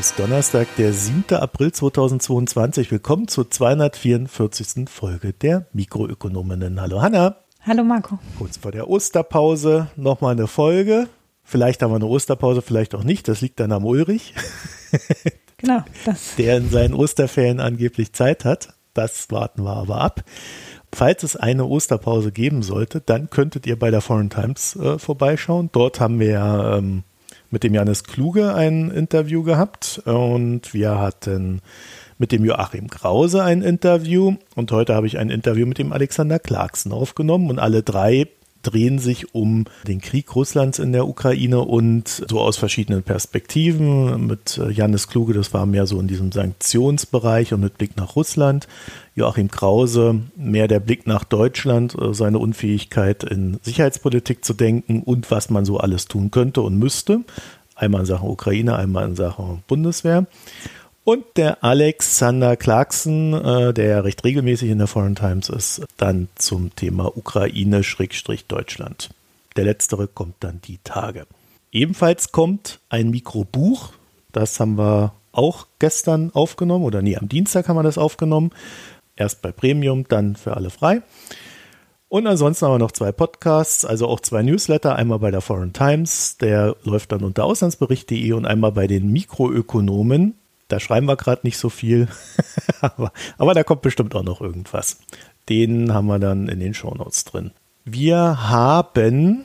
ist Donnerstag, der 7. April 2022. Willkommen zur 244. Folge der Mikroökonominnen. Hallo Hanna. Hallo Marco. Kurz vor der Osterpause nochmal eine Folge. Vielleicht haben wir eine Osterpause, vielleicht auch nicht. Das liegt dann am Ulrich. Genau. Der in seinen Osterferien angeblich Zeit hat. Das warten wir aber ab. Falls es eine Osterpause geben sollte, dann könntet ihr bei der Foreign Times vorbeischauen. Dort haben wir ja mit dem Jannis Kluge ein Interview gehabt und wir hatten mit dem Joachim Krause ein Interview und heute habe ich ein Interview mit dem Alexander Clarkson aufgenommen und alle drei drehen sich um den Krieg Russlands in der Ukraine und so aus verschiedenen Perspektiven. Mit Jannis Kluge, das war mehr so in diesem Sanktionsbereich und mit Blick nach Russland. Joachim Krause, mehr der Blick nach Deutschland, seine Unfähigkeit in Sicherheitspolitik zu denken und was man so alles tun könnte und müsste. Einmal in Sachen Ukraine, einmal in Sachen Bundeswehr. Und der Alexander Clarkson, der ja recht regelmäßig in der Foreign Times ist, dann zum Thema Ukraine-Deutschland. Der letztere kommt dann die Tage. Ebenfalls kommt ein Mikrobuch, das haben wir auch gestern aufgenommen, oder nee, am Dienstag haben wir das aufgenommen. Erst bei Premium, dann für alle frei. Und ansonsten haben wir noch 2 Podcasts, also auch 2 Newsletter, einmal bei der Foreign Times, der läuft dann unter auslandsbericht.de und einmal bei den Mikroökonomen. Da schreiben wir gerade nicht so viel, aber da kommt bestimmt auch noch irgendwas. Den haben wir dann in den Shownotes drin. Wir haben,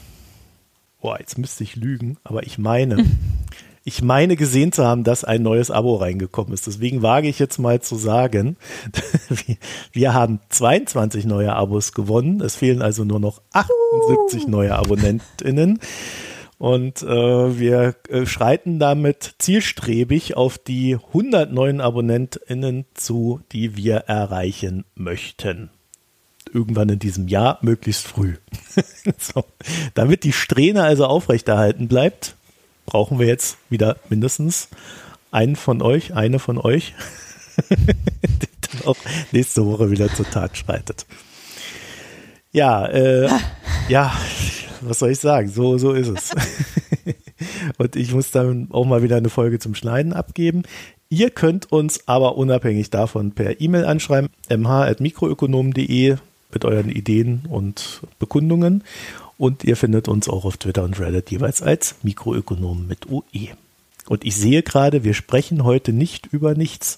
jetzt müsste ich lügen, aber ich meine gesehen zu haben, dass ein neues Abo reingekommen ist. Deswegen wage ich jetzt mal zu sagen, wir haben 22 neue Abos gewonnen. Es fehlen also nur noch 78 neue AbonnentInnen. Und wir schreiten damit zielstrebig auf die 100 neuen AbonnentInnen zu, die wir erreichen möchten. Irgendwann in diesem Jahr, möglichst früh. So. Damit die Strähne also aufrechterhalten bleibt, brauchen wir jetzt wieder mindestens eine von euch, die dann auch nächste Woche wieder zur Tat schreitet. Ja, was soll ich sagen? So ist es. Und ich muss dann auch mal wieder eine Folge zum Schneiden abgeben. Ihr könnt uns aber unabhängig davon per E-Mail anschreiben, mh@mikroökonomen.de mit euren Ideen und Bekundungen. Und ihr findet uns auch auf Twitter und Reddit jeweils als Mikroökonomen mit OE. Und ich sehe gerade, wir sprechen heute nicht über nichts.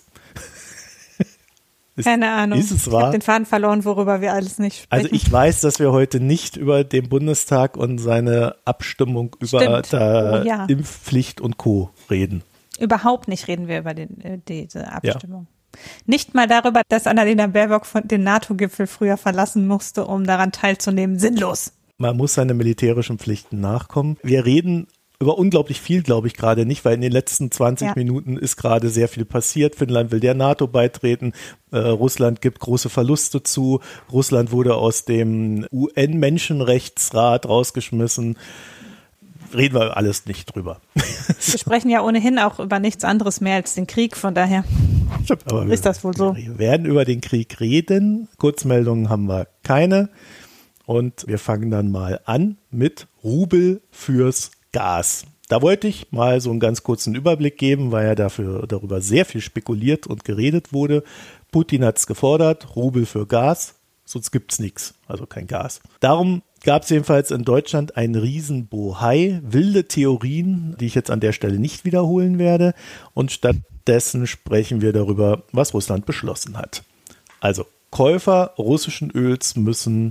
Keine Ahnung. Ist es ich wahr? habe den Faden verloren, worüber wir alles nicht sprechen. Also ich weiß, dass wir heute nicht über den Bundestag und seine Abstimmung über Impfpflicht und Co. reden. Überhaupt nicht reden wir über diese Abstimmung. Ja. Nicht mal darüber, dass Annalena Baerbock den NATO-Gipfel früher verlassen musste, um daran teilzunehmen. Sinnlos. Man muss seine militärischen Pflichten nachkommen. Wir reden über unglaublich viel, glaube ich, gerade nicht, weil in den letzten 20 Minuten ist gerade sehr viel passiert. Finnland will der NATO beitreten, Russland gibt große Verluste zu, Russland wurde aus dem UN-Menschenrechtsrat rausgeschmissen. Reden wir alles nicht drüber. Wir sprechen ja ohnehin auch über nichts anderes mehr als den Krieg, von daher ist das wohl so. Wir werden über den Krieg reden, Kurzmeldungen haben wir keine und wir fangen dann mal an mit Rubel fürs Gas. Da wollte ich mal so einen ganz kurzen Überblick geben, weil ja darüber sehr viel spekuliert und geredet wurde. Putin hat es gefordert, Rubel für Gas, sonst gibt es nichts, also kein Gas. Darum gab es jedenfalls in Deutschland einen Riesenbohai, wilde Theorien, die ich jetzt an der Stelle nicht wiederholen werde. Und stattdessen sprechen wir darüber, was Russland beschlossen hat. Also Käufer russischen Öls müssen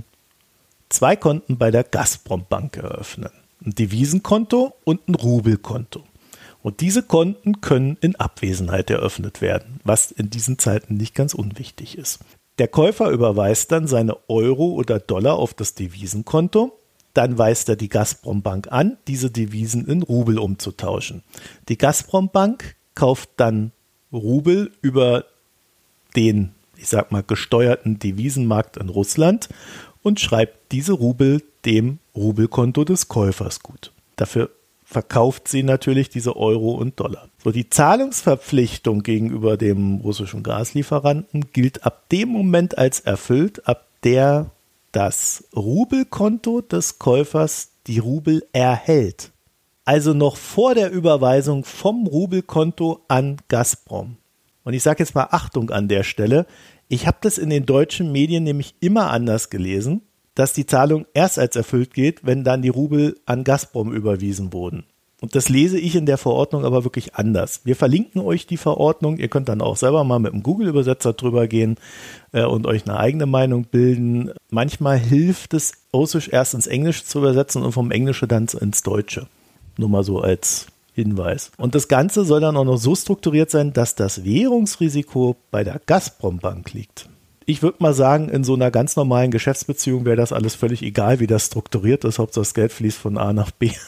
2 Konten bei der Gazprom-Bank eröffnen. Ein Devisenkonto und ein Rubelkonto. Und diese Konten können in Abwesenheit eröffnet werden, was in diesen Zeiten nicht ganz unwichtig ist. Der Käufer überweist dann seine Euro oder Dollar auf das Devisenkonto, dann weist er die Gazprom-Bank an, diese Devisen in Rubel umzutauschen. Die Gazprom-Bank kauft dann Rubel über den, gesteuerten Devisenmarkt in Russland und schreibt diese Rubel dem Rubelkonto des Käufers gut. Dafür verkauft sie natürlich diese Euro und Dollar. So, die Zahlungsverpflichtung gegenüber dem russischen Gaslieferanten gilt ab dem Moment als erfüllt, ab der das Rubelkonto des Käufers die Rubel erhält. Also noch vor der Überweisung vom Rubelkonto an Gazprom. Und ich sage jetzt mal Achtung an der Stelle. Ich habe das in den deutschen Medien nämlich immer anders gelesen, dass die Zahlung erst als erfüllt geht, wenn dann die Rubel an Gazprom überwiesen wurden. Und das lese ich in der Verordnung aber wirklich anders. Wir verlinken euch die Verordnung. Ihr könnt dann auch selber mal mit dem Google-Übersetzer drüber gehen und euch eine eigene Meinung bilden. Manchmal hilft es, Russisch erst ins Englische zu übersetzen und vom Englische dann ins Deutsche. Nur mal so als Hinweis. Und das Ganze soll dann auch noch so strukturiert sein, dass das Währungsrisiko bei der Gazprom-Bank liegt. Ich würde mal sagen, in so einer ganz normalen Geschäftsbeziehung wäre das alles völlig egal, wie das strukturiert ist. Hauptsache das Geld fließt von A nach B.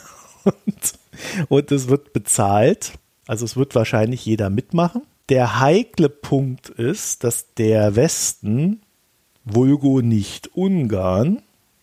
Und es wird bezahlt. Also es wird wahrscheinlich jeder mitmachen. Der heikle Punkt ist, dass der Westen, vulgo nicht Ungarn,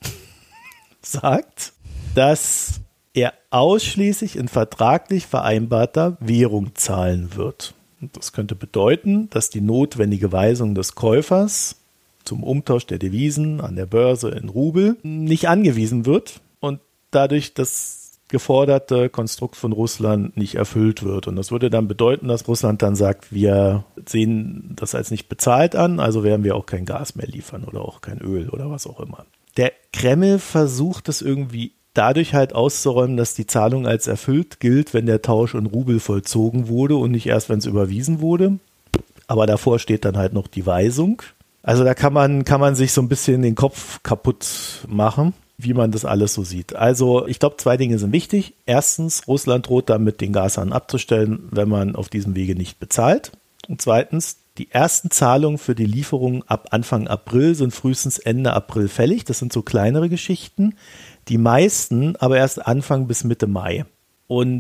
sagt, dass er ausschließlich in vertraglich vereinbarter Währung zahlen wird. Und das könnte bedeuten, dass die notwendige Weisung des Käufers zum Umtausch der Devisen an der Börse in Rubel nicht angewiesen wird und dadurch das geforderte Konstrukt von Russland nicht erfüllt wird. Und das würde dann bedeuten, dass Russland dann sagt, wir sehen das als nicht bezahlt an, also werden wir auch kein Gas mehr liefern oder auch kein Öl oder was auch immer. Der Kreml versucht es irgendwie dadurch halt auszuräumen, dass die Zahlung als erfüllt gilt, wenn der Tausch in Rubel vollzogen wurde und nicht erst, wenn es überwiesen wurde. Aber davor steht dann halt noch die Weisung. Also da kann man sich so ein bisschen den Kopf kaputt machen, wie man das alles so sieht. Also ich glaube, 2 Dinge sind wichtig. Erstens, Russland droht damit, den Gashahn abzustellen, wenn man auf diesem Wege nicht bezahlt. Und zweitens, die ersten Zahlungen für die Lieferungen ab Anfang April sind frühestens Ende April fällig. Das sind so kleinere Geschichten. Die meisten aber erst Anfang bis Mitte Mai. Und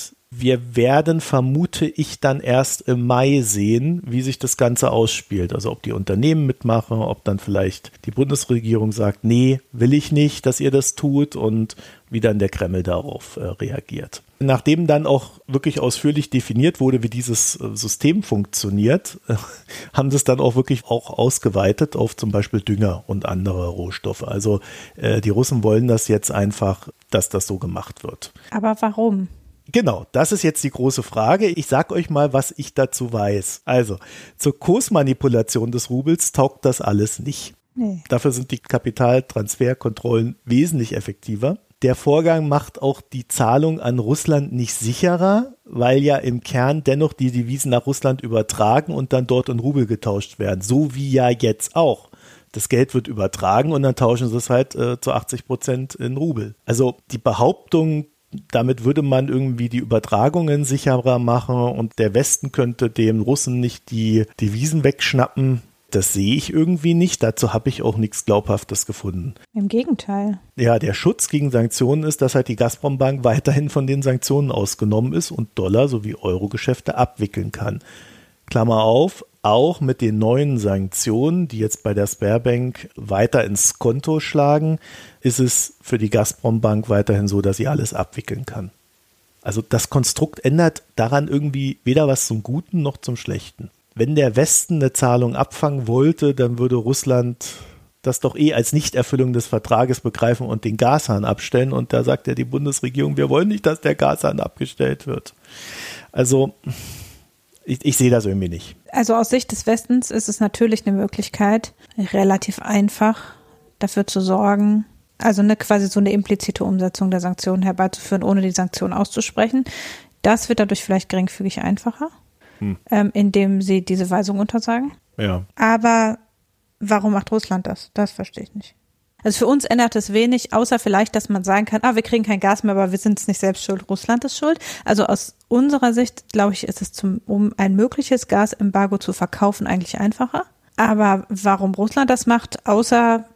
wir werden, vermute ich, dann erst im Mai sehen, wie sich das Ganze ausspielt. Also ob die Unternehmen mitmachen, ob dann vielleicht die Bundesregierung sagt, nee, will ich nicht, dass ihr das tut und wie dann der Kreml darauf reagiert. Nachdem dann auch wirklich ausführlich definiert wurde, wie dieses System funktioniert, haben sie es dann auch wirklich auch ausgeweitet auf zum Beispiel Dünger und andere Rohstoffe. Also die Russen wollen das jetzt einfach, dass das so gemacht wird. Aber warum? Genau, das ist jetzt die große Frage. Ich sage euch mal, was ich dazu weiß. Also, zur Kursmanipulation des Rubels taugt das alles nicht. Nee. Dafür sind die Kapitaltransferkontrollen wesentlich effektiver. Der Vorgang macht auch die Zahlung an Russland nicht sicherer, weil ja im Kern dennoch die Devisen nach Russland übertragen und dann dort in Rubel getauscht werden. So wie ja jetzt auch. Das Geld wird übertragen und dann tauschen sie es halt zu 80% in Rubel. Also die Behauptung, damit würde man irgendwie die Übertragungen sicherer machen und der Westen könnte dem Russen nicht die Devisen wegschnappen. Das sehe ich irgendwie nicht. Dazu habe ich auch nichts Glaubhaftes gefunden. Im Gegenteil. Ja, der Schutz gegen Sanktionen ist, dass halt die Gazprom-Bank weiterhin von den Sanktionen ausgenommen ist und Dollar- sowie Euro-Geschäfte abwickeln kann. Klammer auf, auch mit den neuen Sanktionen, die jetzt bei der Sberbank weiter ins Konto schlagen, ist es für die Gazprom-Bank weiterhin so, dass sie alles abwickeln kann. Also das Konstrukt ändert daran irgendwie weder was zum Guten noch zum Schlechten. Wenn der Westen eine Zahlung abfangen wollte, dann würde Russland das doch als Nichterfüllung des Vertrages begreifen und den Gashahn abstellen. Und da sagt ja die Bundesregierung, wir wollen nicht, dass der Gashahn abgestellt wird. Also ich sehe das irgendwie nicht. Also aus Sicht des Westens ist es natürlich eine Möglichkeit, relativ einfach dafür zu sorgen, also quasi so eine implizite Umsetzung der Sanktionen herbeizuführen, ohne die Sanktionen auszusprechen. Das wird dadurch vielleicht geringfügig einfacher, indem sie diese Weisung untersagen. Ja. Aber warum macht Russland das? Das verstehe ich nicht. Also für uns ändert es wenig, außer vielleicht, dass man sagen kann, wir kriegen kein Gas mehr, aber wir sind es nicht selbst schuld, Russland ist schuld. Also aus unserer Sicht, glaube ich, ist es um ein mögliches Gasembargo zu verkaufen eigentlich einfacher. Aber warum Russland das macht, außer,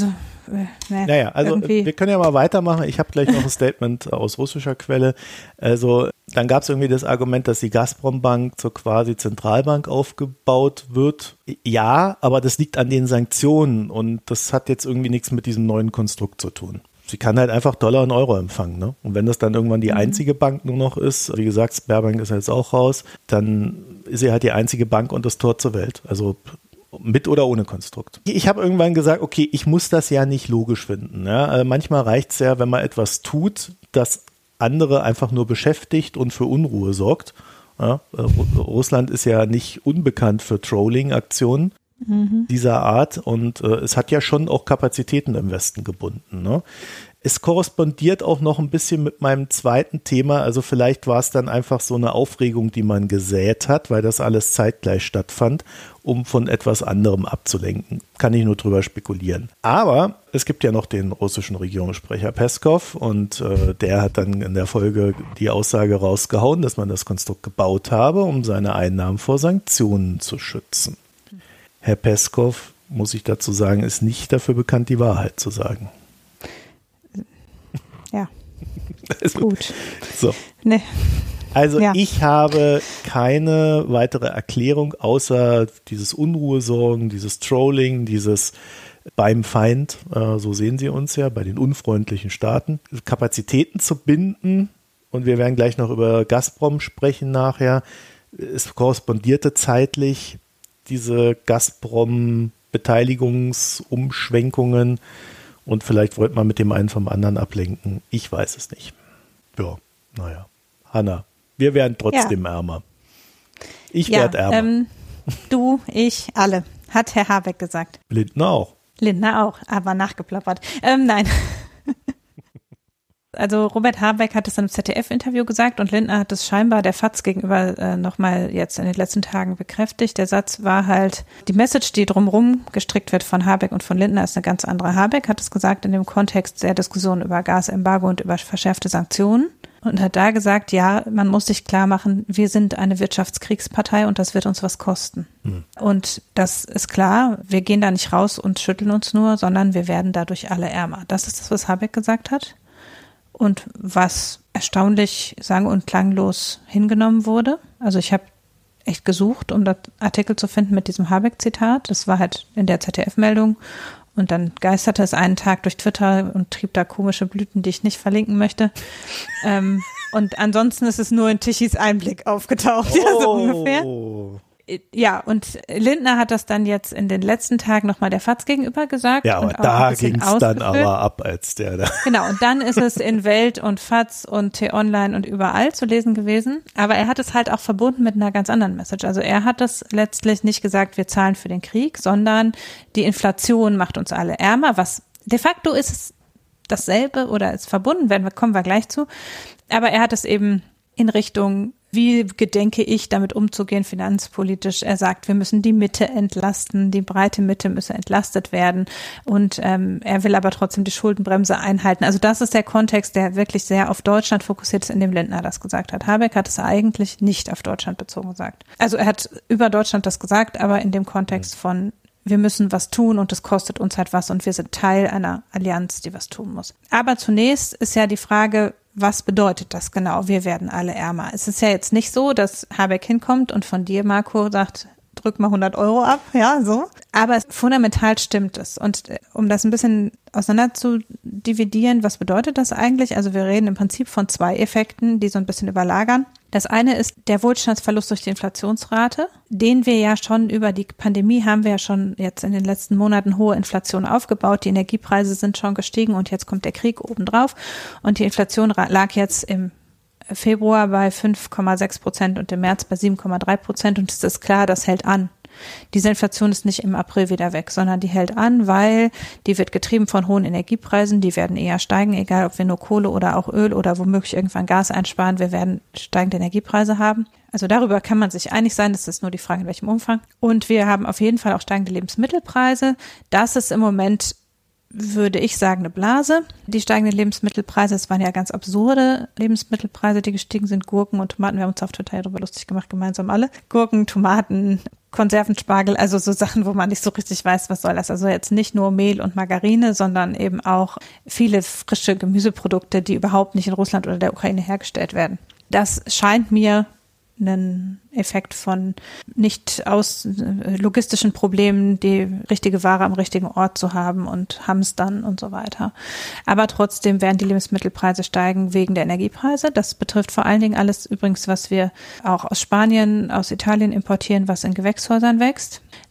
Naja, also irgendwie. Wir können ja mal weitermachen. Ich habe gleich noch ein Statement aus russischer Quelle. Also dann gab es irgendwie das Argument, dass die Gazprom-Bank zur quasi Zentralbank aufgebaut wird. Ja, aber das liegt an den Sanktionen und das hat jetzt irgendwie nichts mit diesem neuen Konstrukt zu tun. Sie kann halt einfach Dollar und Euro empfangen, ne? Und wenn das dann irgendwann die einzige Bank nur noch ist, wie gesagt, Sberbank ist jetzt auch raus, dann ist sie halt die einzige Bank und das Tor zur Welt. Also mit oder ohne Konstrukt. Ich habe irgendwann gesagt, okay, ich muss das ja nicht logisch finden. Ja? Manchmal reicht es ja, wenn man etwas tut, das andere einfach nur beschäftigt und für Unruhe sorgt. Ja, Russland ist ja nicht unbekannt für Trolling-Aktionen dieser Art und es hat ja schon auch Kapazitäten im Westen gebunden. Ne? Es korrespondiert auch noch ein bisschen mit meinem zweiten Thema, also vielleicht war es dann einfach so eine Aufregung, die man gesät hat, weil das alles zeitgleich stattfand, um von etwas anderem abzulenken. Kann ich nur drüber spekulieren. Aber es gibt ja noch den russischen Regierungssprecher Peskov und der hat dann in der Folge die Aussage rausgehauen, dass man das Konstrukt gebaut habe, um seine Einnahmen vor Sanktionen zu schützen. Herr Peskov, muss ich dazu sagen, ist nicht dafür bekannt, die Wahrheit zu sagen. Ja, also, gut. So. Nee. Also ich habe keine weitere Erklärung, außer dieses Unruhesorgen, dieses Trolling, dieses beim Feind, so sehen Sie uns ja, bei den unfreundlichen Staaten, Kapazitäten zu binden. Und wir werden gleich noch über Gazprom sprechen nachher. Es korrespondierte zeitlich diese Gazprom-Beteiligungsumschwenkungen. Und vielleicht wollte man mit dem einen vom anderen ablenken. Ich weiß es nicht. Ja, naja. Hanna, wir werden trotzdem ärmer. Ich werde ärmer. Du, ich, alle. Hat Herr Habeck gesagt. Lindner auch. Lindner auch, aber nachgeplappert. Nein. Also Robert Habeck hat es im ZDF-Interview gesagt und Lindner hat es scheinbar der FAZ gegenüber nochmal jetzt in den letzten Tagen bekräftigt. Der Satz war halt, die Message, die drumherum gestrickt wird von Habeck und von Lindner, ist eine ganz andere. Habeck hat es gesagt in dem Kontext der Diskussion über Gasembargo und über verschärfte Sanktionen und hat da gesagt, ja, man muss sich klar machen, wir sind eine Wirtschaftskriegspartei und das wird uns was kosten. Und das ist klar, wir gehen da nicht raus und schütteln uns nur, sondern wir werden dadurch alle ärmer. Das ist das, was Habeck gesagt hat. Und was erstaunlich sang- und klanglos hingenommen wurde. Also ich habe echt gesucht, um das Artikel zu finden mit diesem Habeck-Zitat. Das war halt in der ZDF-Meldung. Und dann geisterte es einen Tag durch Twitter und trieb da komische Blüten, die ich nicht verlinken möchte. Und ansonsten ist es nur in Tichys Einblick aufgetaucht, ja, so ungefähr. Ja, und Lindner hat das dann jetzt in den letzten Tagen nochmal der FAZ gegenüber gesagt. Ja, aber da ging es dann aber ab, als der da. Genau, und dann ist es in Welt und FAZ und T-Online und überall zu lesen gewesen. Aber er hat es halt auch verbunden mit einer ganz anderen Message. Also er hat es letztlich nicht gesagt, wir zahlen für den Krieg, sondern die Inflation macht uns alle ärmer. Was de facto ist es dasselbe oder ist verbunden, kommen wir gleich zu. Aber er hat es eben in Richtung, wie gedenke ich, damit umzugehen, finanzpolitisch. Er sagt, wir müssen die Mitte entlasten, die breite Mitte müsse entlastet werden und er will aber trotzdem die Schuldenbremse einhalten. Also das ist der Kontext, der wirklich sehr auf Deutschland fokussiert ist, in dem Lindner das gesagt hat. Habeck hat es eigentlich nicht auf Deutschland bezogen gesagt. Also er hat über Deutschland das gesagt, aber in dem Kontext von wir müssen was tun und es kostet uns halt was und wir sind Teil einer Allianz, die was tun muss. Aber zunächst ist ja die Frage, was bedeutet das genau? Wir werden alle ärmer. Es ist ja jetzt nicht so, dass Habeck hinkommt und von dir, Marco, sagt, drück mal 100 € ab, ja, so. Aber fundamental stimmt es. Und um das ein bisschen auseinander zu dividieren, was bedeutet das eigentlich? Also wir reden im Prinzip von zwei Effekten, die so ein bisschen überlagern. Das eine ist der Wohlstandsverlust durch die Inflationsrate, den wir ja schon über die Pandemie haben wir ja schon jetzt in den letzten Monaten hohe Inflation aufgebaut. Die Energiepreise sind schon gestiegen und jetzt kommt der Krieg obendrauf. Und die Inflation lag jetzt im Februar bei 5,6% und im März bei 7,3%. Und es ist klar, das hält an. Diese Inflation ist nicht im April wieder weg, sondern die hält an, weil die wird getrieben von hohen Energiepreisen, die werden eher steigen, egal ob wir nur Kohle oder auch Öl oder womöglich irgendwann Gas einsparen, wir werden steigende Energiepreise haben. Also darüber kann man sich einig sein, das ist nur die Frage, in welchem Umfang. Und wir haben auf jeden Fall auch steigende Lebensmittelpreise. Das ist im Moment, würde ich sagen, eine Blase. Die steigenden Lebensmittelpreise, es waren ja ganz absurde Lebensmittelpreise, die gestiegen sind, Gurken und Tomaten. Wir haben uns auf Twitter darüber lustig gemacht, gemeinsam alle. Gurken, Tomaten, Konservenspargel, also so Sachen, wo man nicht so richtig weiß, was soll das. Also jetzt nicht nur Mehl und Margarine, sondern eben auch viele frische Gemüseprodukte, die überhaupt nicht in Russland oder der Ukraine hergestellt werden. Das scheint mir einen Effekt von nicht aus logistischen Problemen, die richtige Ware am richtigen Ort zu haben und Hamstern und so weiter. Aber trotzdem werden die Lebensmittelpreise steigen wegen der Energiepreise. Das betrifft vor allen Dingen alles übrigens, was wir auch aus Spanien, aus Italien importieren, was in Gewächshäusern wächst.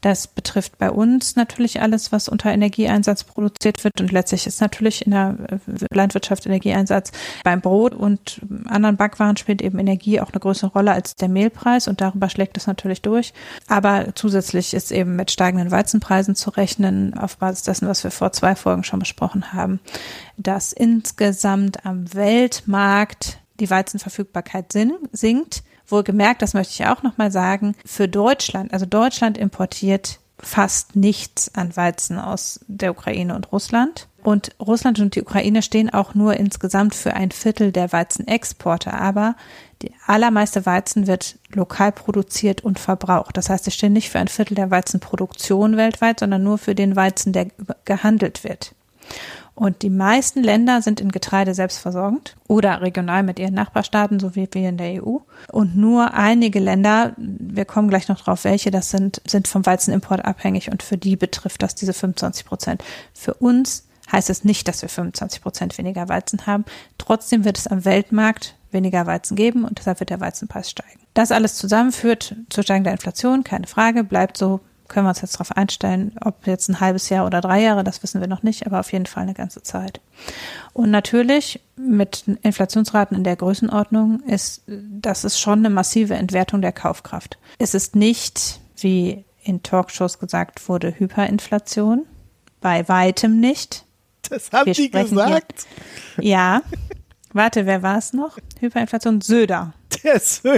Das betrifft bei uns natürlich alles, was unter Energieeinsatz produziert wird und letztlich ist natürlich in der Landwirtschaft Energieeinsatz. Beim Brot und anderen Backwaren spielt eben Energie auch eine größere Rolle als der Mehlpreis und darüber schlägt es natürlich durch. Aber zusätzlich ist eben mit steigenden Weizenpreisen zu rechnen, auf Basis dessen, was wir vor 2 Folgen schon besprochen haben, dass insgesamt am Weltmarkt die Weizenverfügbarkeit sinkt. Wohlgemerkt, das möchte ich auch nochmal sagen, für Deutschland, also Deutschland importiert fast nichts an Weizen aus der Ukraine und Russland. Und Russland und die Ukraine stehen auch nur insgesamt für 1/4 der Weizenexporte. Aber die allermeiste Weizen wird lokal produziert und verbraucht. Das heißt, sie stehen nicht für 1/4 der Weizenproduktion weltweit, sondern nur für den Weizen, der gehandelt wird. Und die meisten Länder sind in Getreide selbstversorgend oder regional mit ihren Nachbarstaaten, so wie wir in der EU. Und nur einige Länder, wir kommen gleich noch drauf, welche das sind vom Weizenimport abhängig und für die betrifft das diese 25%. Für uns heißt es nicht, dass wir 25% weniger Weizen haben. Trotzdem wird es am Weltmarkt weniger Weizen geben und deshalb wird der Weizenpreis steigen. Das alles zusammen führt zu steigender Inflation, keine Frage, bleibt so. Können wir uns jetzt darauf einstellen, ob jetzt ein halbes Jahr oder 3 Jahre, das wissen wir noch nicht, aber auf jeden Fall eine ganze Zeit. Und natürlich mit Inflationsraten in der Größenordnung das ist schon eine massive Entwertung der Kaufkraft. Es ist nicht, wie in Talkshows gesagt wurde, Hyperinflation, bei weitem nicht. Das haben die gesagt? Hier, ja. Warte, wer war es noch? Hyperinflation? Söder. Der Söder.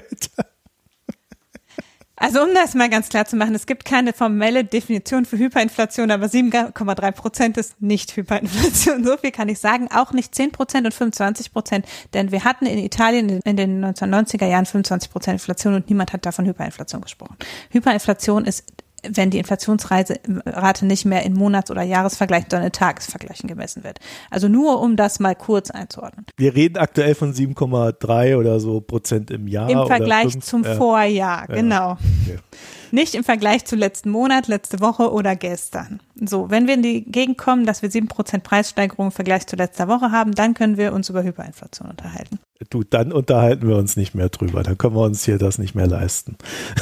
Also um das mal ganz klar zu machen, es gibt keine formelle Definition für Hyperinflation, aber 7,3% ist nicht Hyperinflation. So viel kann ich sagen, auch nicht 10% und 25%, denn wir hatten in Italien in den 1990er Jahren 25% Inflation und niemand hat davon Hyperinflation gesprochen. Hyperinflation ist, wenn die Inflationsrate nicht mehr in Monats- oder Jahresvergleichen, sondern in Tagesvergleichen gemessen wird. Also nur, um das mal kurz einzuordnen. Wir reden aktuell von 7,3 oder so% im Jahr. Im Vergleich oder 5, zum Vorjahr, genau. Ja. Nicht im Vergleich zu letzten Monat, letzte Woche oder gestern. So, wenn wir in die Gegend kommen, dass wir 7% Preissteigerung im Vergleich zu letzter Woche haben, dann können wir uns über Hyperinflation unterhalten. Du, dann unterhalten wir uns nicht mehr drüber. Dann können wir uns hier das nicht mehr leisten.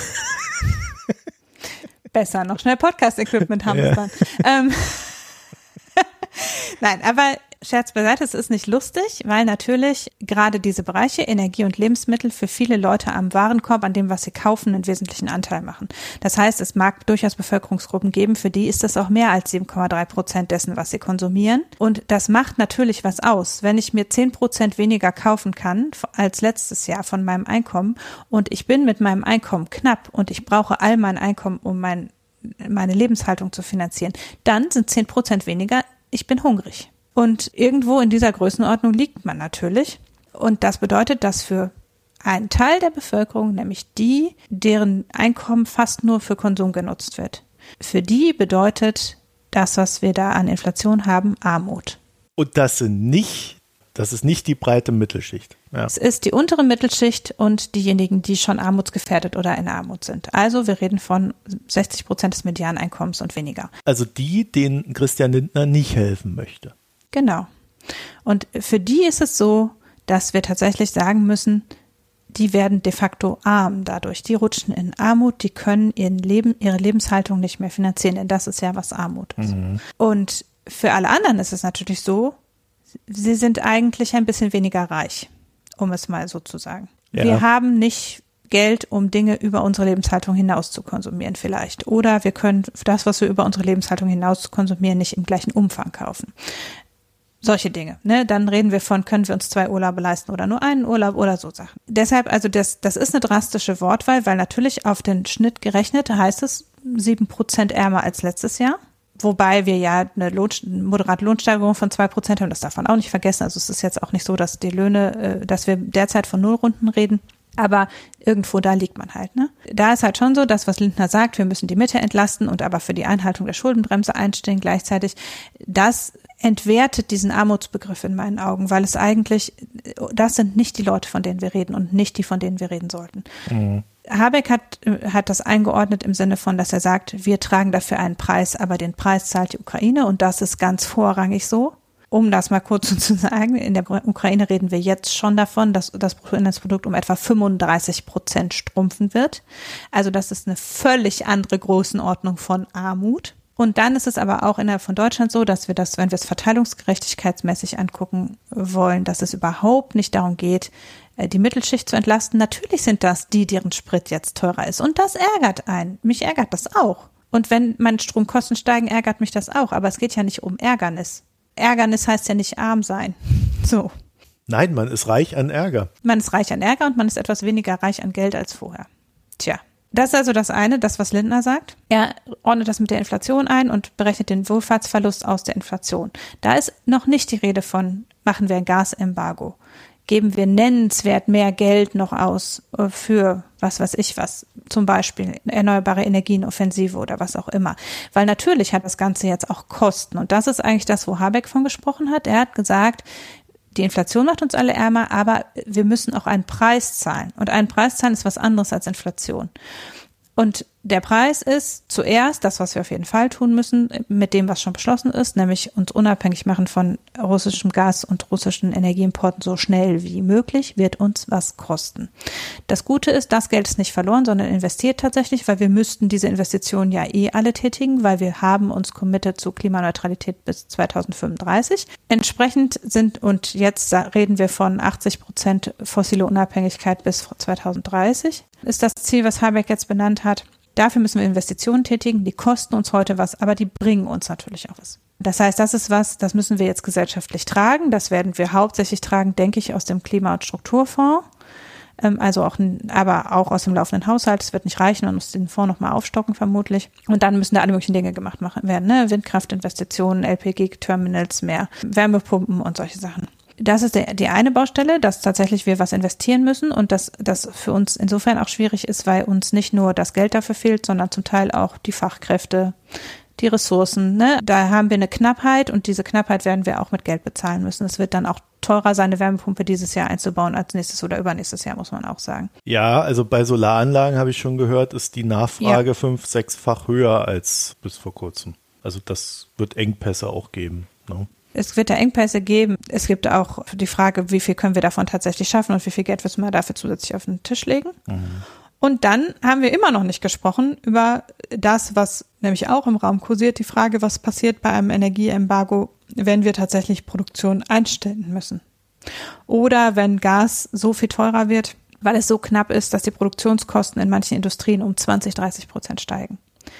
Besser, noch schnell Podcast-Equipment haben wir dann. Nein, aber Scherz beiseite, es ist nicht lustig, weil natürlich gerade diese Bereiche Energie und Lebensmittel für viele Leute am Warenkorb, an dem, was sie kaufen, einen wesentlichen Anteil machen. Das heißt, es mag durchaus Bevölkerungsgruppen geben, für die ist das auch mehr als 7,3% dessen, was sie konsumieren. Und das macht natürlich was aus. Wenn ich mir 10% weniger kaufen kann als letztes Jahr von meinem Einkommen und ich bin mit meinem Einkommen knapp und ich brauche all mein Einkommen, um meine Lebenshaltung zu finanzieren, dann sind 10% weniger, ich bin hungrig. Und irgendwo in dieser Größenordnung liegt man natürlich. Und das bedeutet, dass für einen Teil der Bevölkerung, nämlich die, deren Einkommen fast nur für Konsum genutzt wird, für die bedeutet das, was wir da an Inflation haben, Armut. Und das ist nicht die breite Mittelschicht. Ja. Es ist die untere Mittelschicht und diejenigen, die schon armutsgefährdet oder in Armut sind. Also wir reden von 60% des Medianeinkommens und weniger. Also die, denen Christian Lindner nicht helfen möchte. Genau. Und für die ist es so, dass wir tatsächlich sagen müssen, die werden de facto arm dadurch. Die rutschen in Armut, die können ihre Lebenshaltung nicht mehr finanzieren, denn das ist ja, was Armut ist. Mhm. Und für alle anderen ist es natürlich so, sie sind eigentlich ein bisschen weniger reich, um es mal so zu sagen. Ja. Wir haben nicht Geld, um Dinge über unsere Lebenshaltung hinaus zu konsumieren vielleicht. Oder wir können das, was wir über unsere Lebenshaltung hinaus konsumieren, nicht im gleichen Umfang kaufen. Solche Dinge, ne? Dann reden wir von, können wir uns 2 Urlaube leisten oder nur einen Urlaub oder so Sachen. Deshalb, also das ist eine drastische Wortwahl, weil natürlich auf den Schnitt gerechnet heißt es 7% ärmer als letztes Jahr. Wobei wir ja eine moderate Lohnsteigerung von 2% haben, das darf man auch nicht vergessen. Also es ist jetzt auch nicht so, dass die Löhne, dass wir derzeit von Nullrunden reden. Aber irgendwo da liegt man halt, ne? Da ist halt schon so, das, was Lindner sagt, wir müssen die Mitte entlasten und aber für die Einhaltung der Schuldenbremse einstehen gleichzeitig. Das entwertet diesen Armutsbegriff in meinen Augen, weil es eigentlich, das sind nicht die Leute, von denen wir reden und nicht die, von denen wir reden sollten. Mhm. Habeck hat das eingeordnet im Sinne von, dass er sagt, wir tragen dafür einen Preis, aber den Preis zahlt die Ukraine und das ist ganz vorrangig so. um das mal kurz zu sagen, in der Ukraine reden wir jetzt schon davon, dass das Bruttoinlandsprodukt um etwa 35% schrumpfen wird. Also das ist eine völlig andere Größenordnung von Armut. Und dann ist es aber auch innerhalb von Deutschland so, dass wir das, wenn wir es verteilungsgerechtigkeitsmäßig angucken wollen, dass es überhaupt nicht darum geht, die Mittelschicht zu entlasten. Natürlich sind das die, deren Sprit jetzt teurer ist. Und das ärgert einen. Mich ärgert das auch. Und wenn meine Stromkosten steigen, ärgert mich das auch. Aber es geht ja nicht um Ärgernis. Ärgernis heißt ja nicht arm sein. So. Nein, man ist reich an Ärger. Man ist reich an Ärger und man ist etwas weniger reich an Geld als vorher. Tja, das ist also das eine, das, was Lindner sagt. Er ordnet das mit der Inflation ein und berechnet den Wohlfahrtsverlust aus der Inflation. Da ist noch nicht die Rede von, machen wir ein Gasembargo. Geben wir nennenswert mehr Geld noch aus für was weiß ich was, zum Beispiel erneuerbare Energienoffensive oder was auch immer. Weil natürlich hat das Ganze jetzt auch Kosten. Und das ist eigentlich das, wo Habeck von gesprochen hat. Er hat gesagt, die Inflation macht uns alle ärmer, aber wir müssen auch einen Preis zahlen. Und einen Preis zahlen ist was anderes als Inflation. Und der Preis ist zuerst das, was wir auf jeden Fall tun müssen, mit dem, was schon beschlossen ist, nämlich uns unabhängig machen von russischem Gas und russischen Energieimporten so schnell wie möglich, wird uns was kosten. Das Gute ist, das Geld ist nicht verloren, sondern investiert tatsächlich, weil wir müssten diese Investitionen ja alle tätigen, weil wir haben uns committed zu Klimaneutralität bis 2035. Entsprechend und jetzt reden wir von 80% fossile Unabhängigkeit bis 2030, ist das Ziel, was Habeck jetzt benannt hat. Dafür müssen wir Investitionen tätigen, die kosten uns heute was, aber die bringen uns natürlich auch was. Das heißt, das ist was, das müssen wir jetzt gesellschaftlich tragen. Das werden wir hauptsächlich tragen, denke ich, aus dem Klima- und Strukturfonds. Aber auch aus dem laufenden Haushalt. Es wird nicht reichen, man muss den Fonds nochmal aufstocken vermutlich. Und dann müssen da alle möglichen Dinge gemacht werden, ne? Windkraftinvestitionen, LPG-Terminals, mehr Wärmepumpen und solche Sachen. Das ist die eine Baustelle, dass tatsächlich wir was investieren müssen und dass das für uns insofern auch schwierig ist, weil uns nicht nur das Geld dafür fehlt, sondern zum Teil auch die Fachkräfte, die Ressourcen. Ne? Da haben wir eine Knappheit und diese Knappheit werden wir auch mit Geld bezahlen müssen. Es wird dann auch teurer sein, eine Wärmepumpe dieses Jahr einzubauen als nächstes oder übernächstes Jahr, muss man auch sagen. Ja, also bei Solaranlagen habe ich schon gehört, ist die Nachfrage 5-6-fach höher als bis vor kurzem. Also das wird Engpässe auch geben. Ne? Es wird da Engpässe geben. Es gibt auch die Frage, wie viel können wir davon tatsächlich schaffen und wie viel Geld müssen wir dafür zusätzlich auf den Tisch legen. Mhm. Und dann haben wir immer noch nicht gesprochen über das, was nämlich auch im Raum kursiert, die Frage, was passiert bei einem Energieembargo, wenn wir tatsächlich Produktion einstellen müssen. Oder wenn Gas so viel teurer wird, weil es so knapp ist, dass die Produktionskosten in manchen Industrien um 20-30% steigen.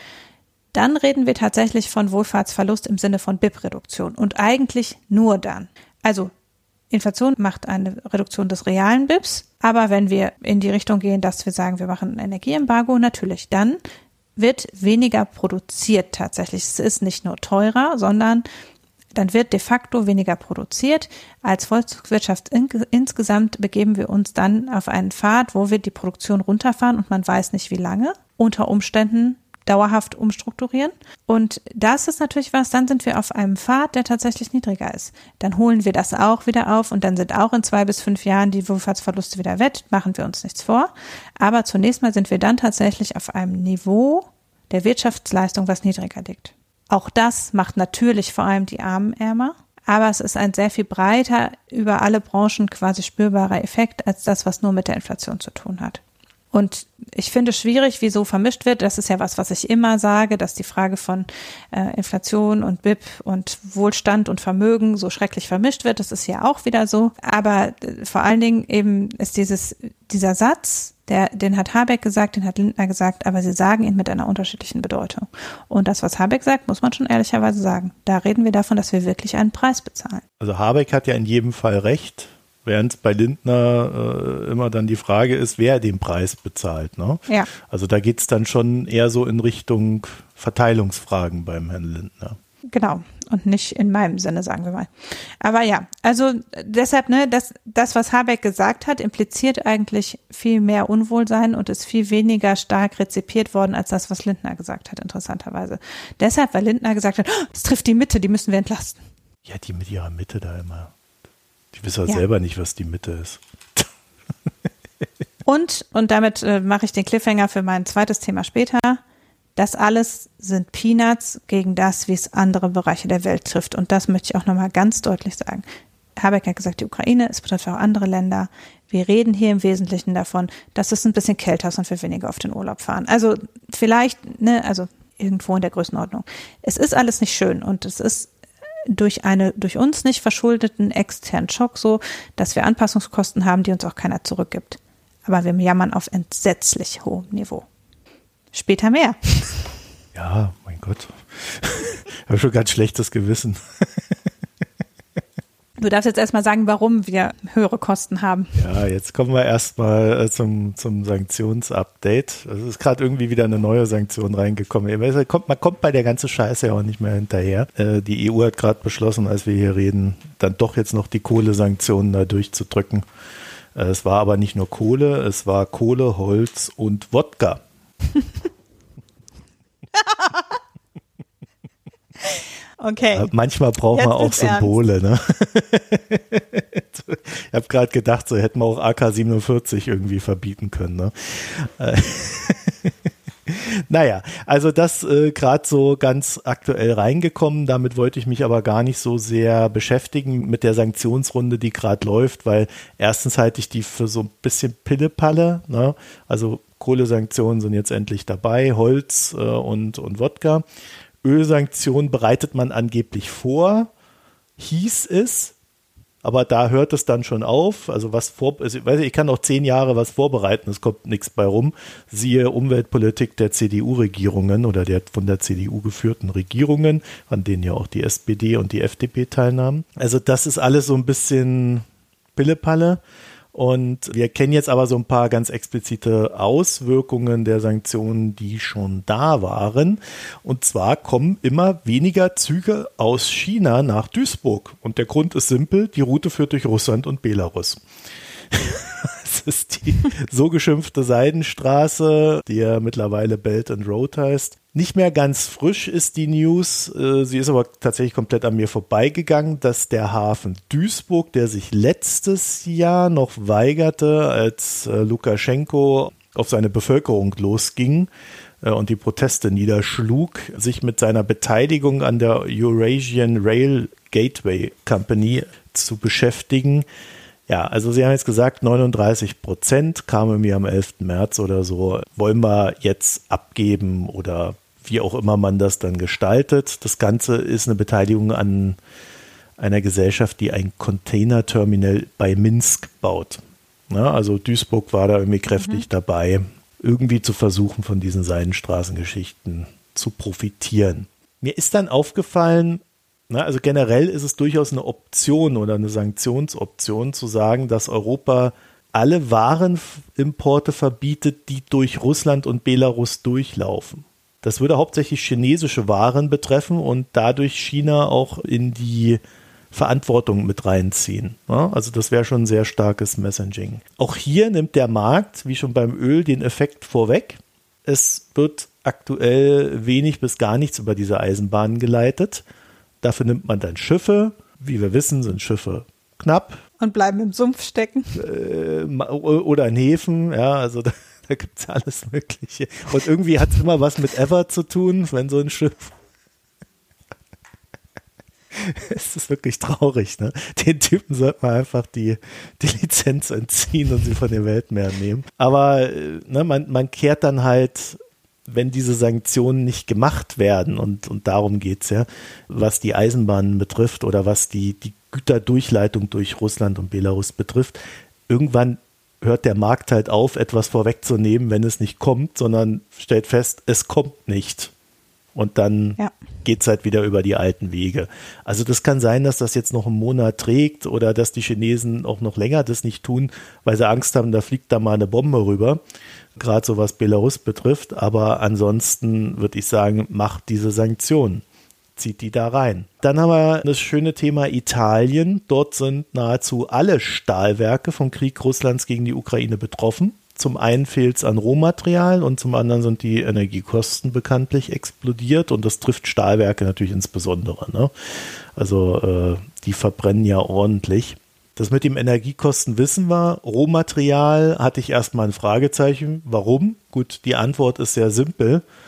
Dann reden wir tatsächlich von Wohlfahrtsverlust im Sinne von BIP-Reduktion und eigentlich nur dann. Also Inflation macht eine Reduktion des realen BIPs, aber wenn wir in die Richtung gehen, dass wir sagen, wir machen ein Energieembargo, natürlich, dann wird weniger produziert tatsächlich. Es ist nicht nur teurer, sondern dann wird de facto weniger produziert. Als Volkswirtschaft insgesamt begeben wir uns dann auf einen Pfad, wo wir die Produktion runterfahren und man weiß nicht wie lange, unter Umständen dauerhaft umstrukturieren. Und das ist natürlich was, dann sind wir auf einem Pfad, der tatsächlich niedriger ist. Dann holen wir das auch wieder auf und dann sind auch in 2 bis 5 Jahren die Wohlfahrtsverluste wieder wett, machen wir uns nichts vor. Aber zunächst mal sind wir dann tatsächlich auf einem Niveau der Wirtschaftsleistung, was niedriger liegt. Auch das macht natürlich vor allem die Armen ärmer, aber es ist ein sehr viel breiter, über alle Branchen quasi spürbarer Effekt als das, was nur mit der Inflation zu tun hat. Und ich finde es schwierig, wie so vermischt wird. Das ist ja was ich immer sage, dass die Frage von Inflation und BIP und Wohlstand und Vermögen so schrecklich vermischt wird. Das ist ja auch wieder so. Aber vor allen Dingen eben ist dieser Satz, den hat Habeck gesagt, den hat Lindner gesagt, aber sie sagen ihn mit einer unterschiedlichen Bedeutung. Und das, was Habeck sagt, muss man schon ehrlicherweise sagen. Da reden wir davon, dass wir wirklich einen Preis bezahlen. Also Habeck hat ja in jedem Fall recht. Während bei Lindner immer dann die Frage ist, wer den Preis bezahlt. Ne? Ja. Also da geht es dann schon eher so in Richtung Verteilungsfragen beim Herrn Lindner. Genau. Und nicht in meinem Sinne, sagen wir mal. Aber ja, also deshalb, ne, das, was Habeck gesagt hat, impliziert eigentlich viel mehr Unwohlsein und ist viel weniger stark rezipiert worden als das, was Lindner gesagt hat, interessanterweise. Deshalb, weil Lindner gesagt hat, es trifft die Mitte, die müssen wir entlasten. Ja, die mit ihrer Mitte da immer. Die wissen ja selber nicht, was die Mitte ist. Und damit mache ich den Cliffhanger für mein zweites Thema später. Das alles sind Peanuts gegen das, wie es andere Bereiche der Welt trifft. Und das möchte ich auch nochmal ganz deutlich sagen. Habeck hat gesagt, die Ukraine, es betrifft auch andere Länder. Wir reden hier im Wesentlichen davon, dass es ein bisschen kälter ist und wir weniger auf den Urlaub fahren. Also vielleicht, also irgendwo in der Größenordnung. Es ist alles nicht schön und es ist durch uns nicht verschuldeten externen Schock so, dass wir Anpassungskosten haben, die uns auch keiner zurückgibt. Aber wir jammern auf entsetzlich hohem Niveau. Später mehr. Ja, mein Gott. Ich habe schon ganz schlechtes Gewissen. Du darfst jetzt erstmal sagen, warum wir höhere Kosten haben. Ja, jetzt kommen wir erstmal zum Sanktionsupdate. Es ist gerade irgendwie wieder eine neue Sanktion reingekommen. Man kommt bei der ganzen Scheiße ja auch nicht mehr hinterher. Die EU hat gerade beschlossen, als wir hier reden, dann doch jetzt noch die Kohlesanktionen da durchzudrücken. Es war aber nicht nur Kohle, es war Kohle, Holz und Wodka. Okay. Manchmal braucht man auch Symbole. Ne? Ich habe gerade gedacht, so hätten wir auch AK-47 irgendwie verbieten können. Ne? Naja, also das gerade so ganz aktuell reingekommen. Damit wollte ich mich aber gar nicht so sehr beschäftigen mit der Sanktionsrunde, die gerade läuft, weil erstens halte ich die für so ein bisschen Pillepalle. Ne? Also Kohlesanktionen sind jetzt endlich dabei, Holz und Wodka. Ölsanktionen bereitet man angeblich vor, hieß es, aber da hört es dann schon auf. Also ich kann auch 10 Jahre was vorbereiten, es kommt nichts bei rum. Siehe Umweltpolitik der CDU-Regierungen oder der von der CDU geführten Regierungen, an denen ja auch die SPD und die FDP teilnahmen. Also das ist alles so ein bisschen Pillepalle. Und wir kennen jetzt aber so ein paar ganz explizite Auswirkungen der Sanktionen, die schon da waren. Und zwar kommen immer weniger Züge aus China nach Duisburg. Und der Grund ist simpel, die Route führt durch Russland und Belarus. Das ist die so geschimpfte Seidenstraße, die ja mittlerweile Belt and Road heißt. Nicht mehr ganz frisch ist die News, sie ist aber tatsächlich komplett an mir vorbeigegangen, dass der Hafen Duisburg, der sich letztes Jahr noch weigerte, als Lukaschenko auf seine Bevölkerung losging und die Proteste niederschlug, sich mit seiner Beteiligung an der Eurasian Rail Gateway Company zu beschäftigen. Ja, also Sie haben jetzt gesagt, 39% kamen mir am 11. März oder so, wollen wir jetzt abgeben oder wie auch immer man das dann gestaltet. Das Ganze ist eine Beteiligung an einer Gesellschaft, die ein Containerterminal bei Minsk baut. Ja, also Duisburg war da irgendwie kräftig dabei, irgendwie zu versuchen, von diesen Seidenstraßengeschichten zu profitieren. Mir ist dann aufgefallen, also generell ist es durchaus eine Option oder eine Sanktionsoption zu sagen, dass Europa alle Warenimporte verbietet, die durch Russland und Belarus durchlaufen. Das würde hauptsächlich chinesische Waren betreffen und dadurch China auch in die Verantwortung mit reinziehen. Also das wäre schon ein sehr starkes Messaging. Auch hier nimmt der Markt, wie schon beim Öl, den Effekt vorweg. Es wird aktuell wenig bis gar nichts über diese Eisenbahnen geleitet. Dafür nimmt man dann Schiffe. Wie wir wissen, sind Schiffe knapp. Und bleiben im Sumpf stecken. Oder in Häfen, ja, also da gibt es alles Mögliche. Und irgendwie hat es immer was mit Ever zu tun, wenn so ein Schiff. Es ist wirklich traurig, ne? Den Typen sollte man einfach die Lizenz entziehen und sie von den Weltmeeren nehmen. Aber ne, man kehrt dann halt, wenn diese Sanktionen nicht gemacht werden, und darum geht es ja, was die Eisenbahnen betrifft oder was die Güterdurchleitung durch Russland und Belarus betrifft, irgendwann hört der Markt halt auf, etwas vorwegzunehmen, wenn es nicht kommt, sondern stellt fest, es kommt nicht. Und dann geht es halt wieder über die alten Wege. Also das kann sein, dass das jetzt noch einen Monat trägt oder dass die Chinesen auch noch länger das nicht tun, weil sie Angst haben, da fliegt da mal eine Bombe rüber. Gerade so was Belarus betrifft. Aber ansonsten würde ich sagen, macht diese Sanktionen. Zieht die da rein. Dann haben wir das schöne Thema Italien. Dort sind nahezu alle Stahlwerke vom Krieg Russlands gegen die Ukraine betroffen. Zum einen fehlt es an Rohmaterial und zum anderen sind die Energiekosten bekanntlich explodiert und das trifft Stahlwerke natürlich insbesondere. Ne? Also die verbrennen ja ordentlich. Das mit dem Energiekosten wissen wir. Rohmaterial hatte ich erstmal ein Fragezeichen. Warum? Gut, die Antwort ist sehr simpel.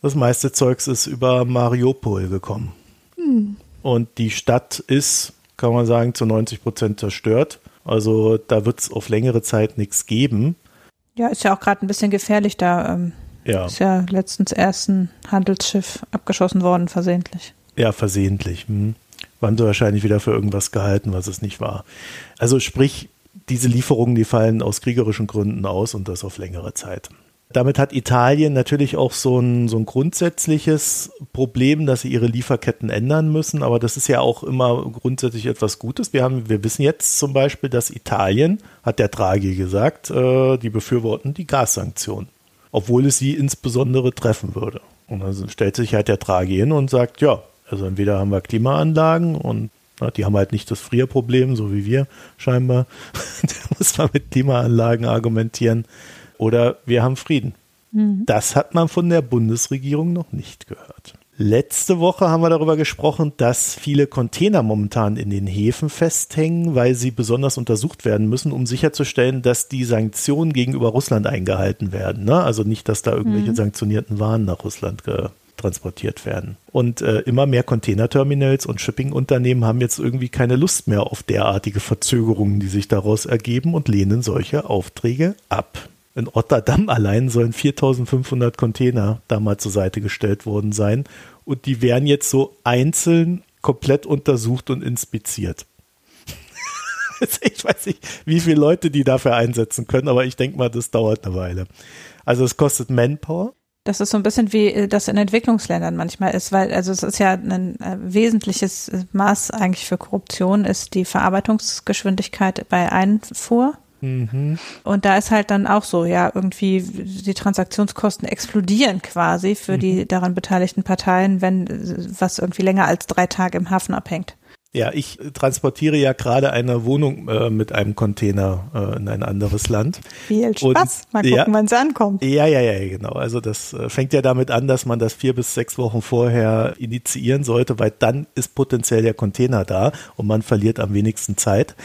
Das meiste Zeugs ist über Mariupol gekommen. Und die Stadt ist, kann man sagen, zu 90% zerstört. Also da wird es auf längere Zeit nichts geben. Ja, ist ja auch gerade ein bisschen gefährlich. Da ist ja letztens erst ein Handelsschiff abgeschossen worden, versehentlich. Ja, versehentlich. Waren sie wahrscheinlich wieder für irgendwas gehalten, was es nicht war. Also sprich, diese Lieferungen, die fallen aus kriegerischen Gründen aus und das auf längere Zeit. Damit hat Italien natürlich auch so ein grundsätzliches Problem, dass sie ihre Lieferketten ändern müssen, aber das ist ja auch immer grundsätzlich etwas Gutes. Wir wissen jetzt zum Beispiel, dass Italien, hat der Draghi gesagt, die befürworten die Gassanktionen, obwohl es sie insbesondere treffen würde. Und dann stellt sich halt der Draghi hin und sagt, ja, also entweder haben wir Klimaanlagen und die haben halt nicht das Frierproblem, so wie wir scheinbar, da muss man mit Klimaanlagen argumentieren, oder wir haben Frieden. Das hat man von der Bundesregierung noch nicht gehört. Letzte Woche haben wir darüber gesprochen, dass viele Container momentan in den Häfen festhängen, weil sie besonders untersucht werden müssen, um sicherzustellen, dass die Sanktionen gegenüber Russland eingehalten werden. Ne? Also nicht, dass da irgendwelche sanktionierten Waren nach Russland transportiert werden. Und immer mehr Containerterminals und Shippingunternehmen haben jetzt irgendwie keine Lust mehr auf derartige Verzögerungen, die sich daraus ergeben und lehnen solche Aufträge ab. In Rotterdam allein sollen 4.500 Container da mal zur Seite gestellt worden sein und die werden jetzt so einzeln komplett untersucht und inspiziert. Ich weiß nicht, wie viele Leute die dafür einsetzen können, aber ich denke mal, das dauert eine Weile. Also es kostet Manpower. Das ist so ein bisschen wie das in Entwicklungsländern manchmal ist, weil also es ist ja ein wesentliches Maß eigentlich für Korruption ist die Verarbeitungsgeschwindigkeit bei Einfuhr. Und da ist halt dann auch so, ja, irgendwie die Transaktionskosten explodieren quasi für die daran beteiligten Parteien, wenn was irgendwie länger als 3 Tage im Hafen abhängt. Ja, ich transportiere ja gerade eine Wohnung mit einem Container in ein anderes Land. Viel Spaß. Mal gucken, wann es ankommt. Ja, genau. Also das fängt ja damit an, dass man das 4 bis 6 Wochen vorher initiieren sollte, weil dann ist potenziell der Container da und man verliert am wenigsten Zeit.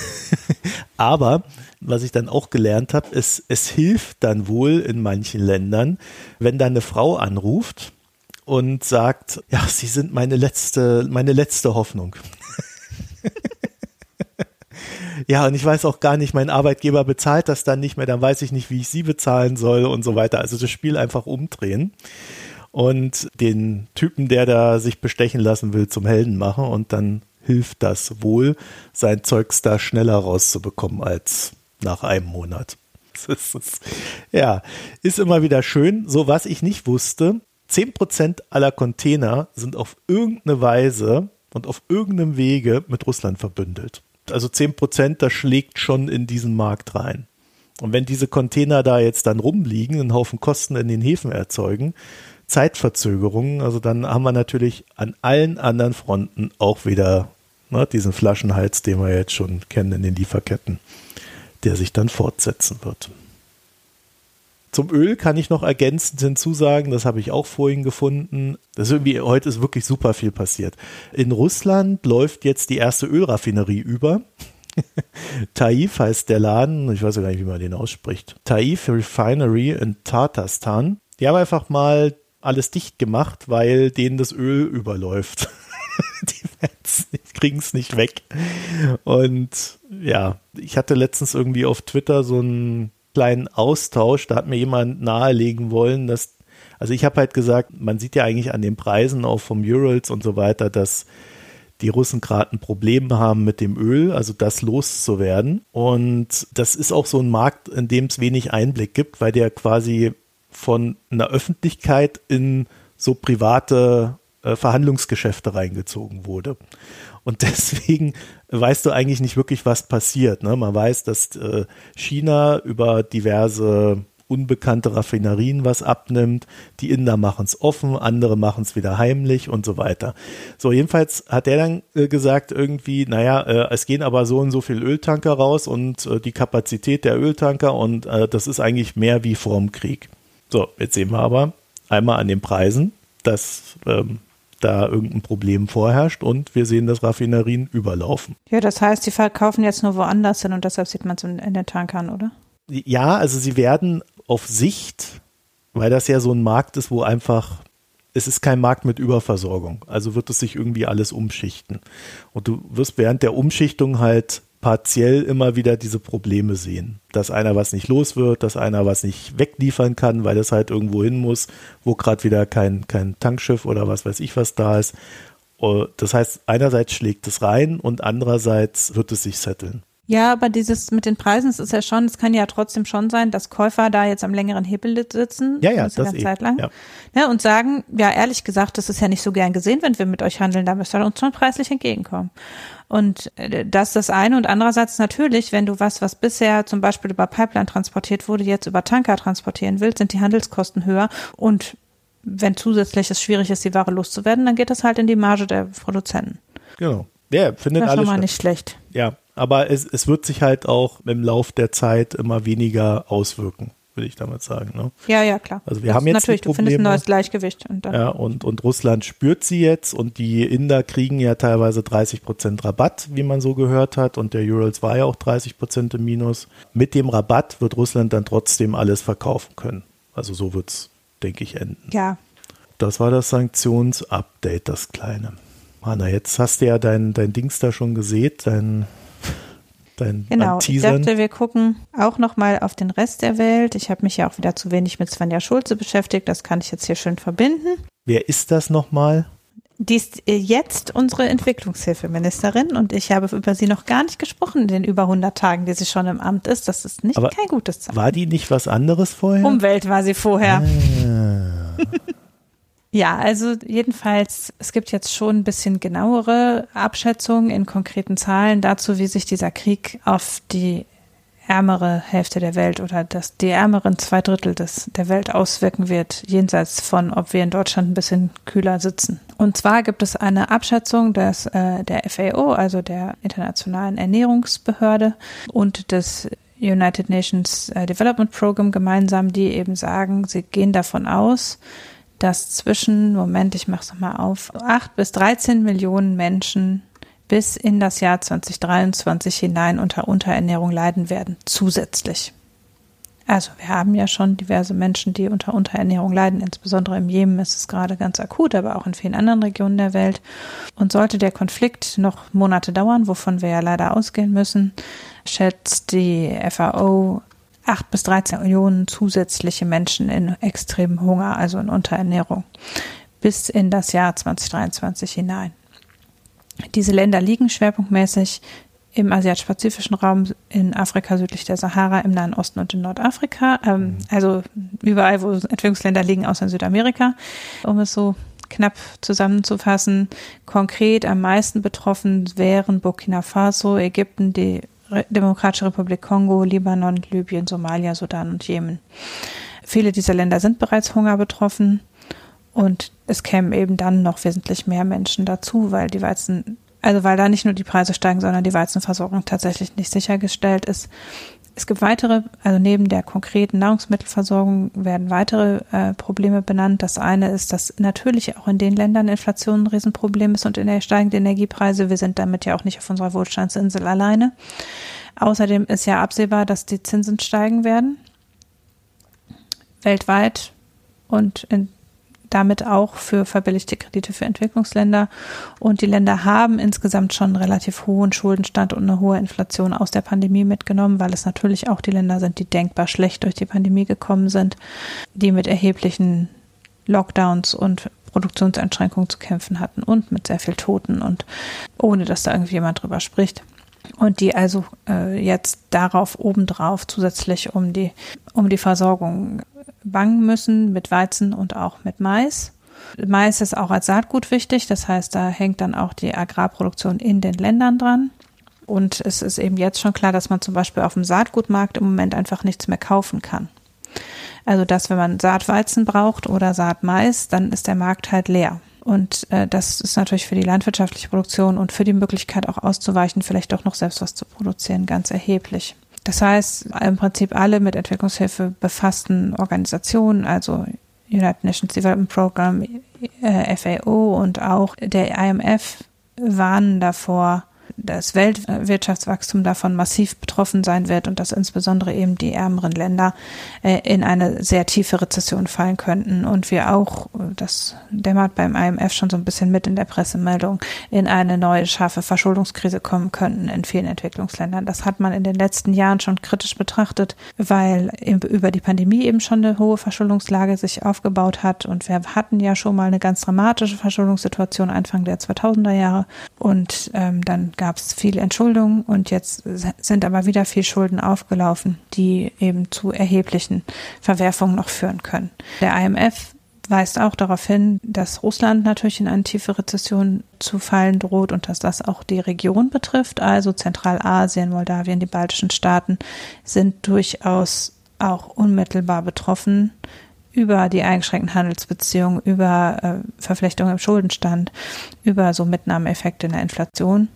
Aber was ich dann auch gelernt habe, ist, es hilft dann wohl in manchen Ländern, wenn da eine Frau anruft und sagt, ja, Sie sind meine letzte Hoffnung. Ja, und ich weiß auch gar nicht, mein Arbeitgeber bezahlt das dann nicht mehr, dann weiß ich nicht, wie ich Sie bezahlen soll und so weiter. Also das Spiel einfach umdrehen und den Typen, der da sich bestechen lassen will, zum Helden machen und dann hilft das wohl, sein Zeugs da schneller rauszubekommen als nach einem Monat. Ist immer wieder schön. So, was ich nicht wusste, 10% aller Container sind auf irgendeine Weise und auf irgendeinem Wege mit Russland verbündelt. Also 10%, das schlägt schon in diesen Markt rein. Und wenn diese Container da jetzt dann rumliegen, einen Haufen Kosten in den Häfen erzeugen, Zeitverzögerungen, also dann haben wir natürlich an allen anderen Fronten auch wieder diesen Flaschenhals, den wir jetzt schon kennen in den Lieferketten, der sich dann fortsetzen wird. Zum Öl kann ich noch ergänzend hinzusagen, das habe ich auch vorhin gefunden, heute ist wirklich super viel passiert. In Russland läuft jetzt die erste Ölraffinerie über. Taif heißt der Laden, ich weiß ja gar nicht, wie man den ausspricht. Taif Refinery in Tatarstan. Die haben einfach mal alles dicht gemacht, weil denen das Öl überläuft. Die kriegen es nicht weg. Und ja, ich hatte letztens irgendwie auf Twitter so einen kleinen Austausch, da hat mir jemand nahelegen wollen, also ich habe halt gesagt, man sieht ja eigentlich an den Preisen auch vom Urals und so weiter, dass die Russen gerade ein Problem haben mit dem Öl, also das loszuwerden. Und das ist auch so ein Markt, in dem es wenig Einblick gibt, weil der quasi von einer Öffentlichkeit in so private Verhandlungsgeschäfte reingezogen wurde. Und deswegen weißt du eigentlich nicht wirklich, was passiert. Ne? Man weiß, dass China über diverse unbekannte Raffinerien was abnimmt. Die Inder machen es offen, andere machen es wieder heimlich und so weiter. So, jedenfalls hat er dann gesagt irgendwie, es gehen aber so und so viel Öltanker raus und die Kapazität der Öltanker und das ist eigentlich mehr wie vor dem Krieg. So, jetzt sehen wir aber einmal an den Preisen, dass da irgendein Problem vorherrscht und wir sehen, dass Raffinerien überlaufen. Ja, das heißt, die verkaufen jetzt nur woanders hin und deshalb sieht man es in den Tankern, oder? Ja, also sie werden auf Sicht, weil das ja so ein Markt ist, wo einfach es ist kein Markt mit Überversorgung. Also wird es sich irgendwie alles umschichten. Und du wirst während der Umschichtung halt partiell immer wieder diese Probleme sehen. Dass einer was nicht los wird, dass einer was nicht wegliefern kann, weil es halt irgendwo hin muss, wo gerade wieder kein Tankschiff oder was weiß ich was da ist. Das heißt, einerseits schlägt es rein und andererseits wird es sich setteln. Ja, aber dieses mit den Preisen, es ist ja schon, es kann ja trotzdem schon sein, dass Käufer da jetzt am längeren Hebel sitzen, das eine Zeit lang, ja, und sagen, ja, ehrlich gesagt, das ist ja nicht so gern gesehen, wenn wir mit euch handeln, da müsst ihr uns schon preislich entgegenkommen. Und das ist das eine. Und andererseits natürlich, wenn du was bisher zum Beispiel über Pipeline transportiert wurde, jetzt über Tanker transportieren willst, sind die Handelskosten höher. Und wenn zusätzlich es schwierig ist, die Ware loszuwerden, dann geht das halt in die Marge der Produzenten. Genau. Ja, findet das ist alles schon mal nicht schlecht. Ja, aber es wird sich halt auch im Lauf der Zeit immer weniger auswirken, würde ich damit sagen. Ne? Ja, klar. Also wir haben jetzt natürlich, die Probleme, du findest ein neues Gleichgewicht. Und dann ja, und Russland spürt sie jetzt und die Inder kriegen ja teilweise 30% Rabatt, wie man so gehört hat, und der Urals war ja auch 30% im Minus. Mit dem Rabatt wird Russland dann trotzdem alles verkaufen können. Also so wird es, denke ich, enden. Ja. Das war das Sanktionsupdate, das kleine. Hanna, jetzt hast du ja dein Dings da schon gesät, dein Genau, ich Teasern. dachte, wir gucken auch nochmal auf den Rest der Welt. Ich habe mich ja auch wieder zu wenig mit Svenja Schulze beschäftigt, das kann ich jetzt hier schön verbinden. Wer ist das nochmal? Die ist jetzt unsere Entwicklungshilfeministerin und ich habe über sie noch gar nicht gesprochen in den über 100 Tagen, die sie schon im Amt ist. Das ist nicht kein gutes Zeichen. War die nicht was anderes vorher? Umwelt war sie vorher. Ja, also jedenfalls, es gibt jetzt schon ein bisschen genauere Abschätzungen in konkreten Zahlen dazu, wie sich dieser Krieg auf die ärmere Hälfte der Welt oder die ärmeren 2/3 der Welt auswirken wird, jenseits von, ob wir in Deutschland ein bisschen kühler sitzen. Und zwar gibt es eine Abschätzung der FAO, also der Internationalen Ernährungsbehörde, und des United Nations Development Program gemeinsam, die eben sagen, sie gehen davon aus, dass zwischen, ich mache es nochmal auf, 8 bis 13 Millionen Menschen bis in das Jahr 2023 hinein unter Unterernährung leiden werden, zusätzlich. Also wir haben ja schon diverse Menschen, die unter Unterernährung leiden, insbesondere im Jemen ist es gerade ganz akut, aber auch in vielen anderen Regionen der Welt. Und sollte der Konflikt noch Monate dauern, wovon wir ja leider ausgehen müssen, schätzt die FAO 8 bis 13 Millionen zusätzliche Menschen in extremem Hunger, also in Unterernährung, bis in das Jahr 2023 hinein. Diese Länder liegen schwerpunktmäßig im asiatisch-pazifischen Raum, in Afrika südlich der Sahara, im Nahen Osten und in Nordafrika, also überall, wo Entwicklungsländer liegen, außer in Südamerika, um es so knapp zusammenzufassen. Konkret am meisten betroffen wären Burkina Faso, Ägypten, die Demokratische Republik Kongo, Libanon, Libyen, Somalia, Sudan und Jemen. Viele dieser Länder sind bereits Hunger betroffen und es kämen eben dann noch wesentlich mehr Menschen dazu, weil weil da nicht nur die Preise steigen, sondern die Weizenversorgung tatsächlich nicht sichergestellt ist. Es gibt weitere, also neben der konkreten Nahrungsmittelversorgung werden weitere Probleme benannt. Das eine ist, dass natürlich auch in den Ländern Inflation ein Riesenproblem ist und steigende Energiepreise. Wir sind damit ja auch nicht auf unserer Wohlstandsinsel alleine. Außerdem ist ja absehbar, dass die Zinsen steigen werden, weltweit und damit auch für verbilligte Kredite für Entwicklungsländer. Und die Länder haben insgesamt schon einen relativ hohen Schuldenstand und eine hohe Inflation aus der Pandemie mitgenommen, weil es natürlich auch die Länder sind, die denkbar schlecht durch die Pandemie gekommen sind, die mit erheblichen Lockdowns und Produktionseinschränkungen zu kämpfen hatten und mit sehr viel Toten und ohne, dass da irgendjemand drüber spricht. Und die also jetzt darauf obendrauf zusätzlich um die Versorgung bangen müssen mit Weizen und auch mit Mais. Mais ist auch als Saatgut wichtig, das heißt, da hängt dann auch die Agrarproduktion in den Ländern dran. Und es ist eben jetzt schon klar, dass man zum Beispiel auf dem Saatgutmarkt im Moment einfach nichts mehr kaufen kann. Also dass, wenn man Saatweizen braucht oder Saatmais, dann ist der Markt halt leer. Und das ist natürlich für die landwirtschaftliche Produktion und für die Möglichkeit auch auszuweichen, vielleicht auch noch selbst was zu produzieren, ganz erheblich. Das heißt, im Prinzip alle mit Entwicklungshilfe befassten Organisationen, also United Nations Development Program, FAO und auch der IMF warnen davor, das Weltwirtschaftswachstum davon massiv betroffen sein wird und dass insbesondere eben die ärmeren Länder in eine sehr tiefe Rezession fallen könnten und wir auch, das dämmert beim IMF schon so ein bisschen mit in der Pressemeldung, in eine neue scharfe Verschuldungskrise kommen könnten in vielen Entwicklungsländern. Das hat man in den letzten Jahren schon kritisch betrachtet, weil über die Pandemie eben schon eine hohe Verschuldungslage sich aufgebaut hat und wir hatten ja schon mal eine ganz dramatische Verschuldungssituation Anfang der 2000er Jahre und dann gab es viel Entschuldung und jetzt sind aber wieder viel Schulden aufgelaufen, die eben zu erheblichen Verwerfungen noch führen können. Der IMF weist auch darauf hin, dass Russland natürlich in eine tiefe Rezession zu fallen droht und dass das auch die Region betrifft. Also Zentralasien, Moldawien, die baltischen Staaten sind durchaus auch unmittelbar betroffen über die eingeschränkten Handelsbeziehungen, über Verflechtungen im Schuldenstand, über so Mitnahmeeffekte in der Inflation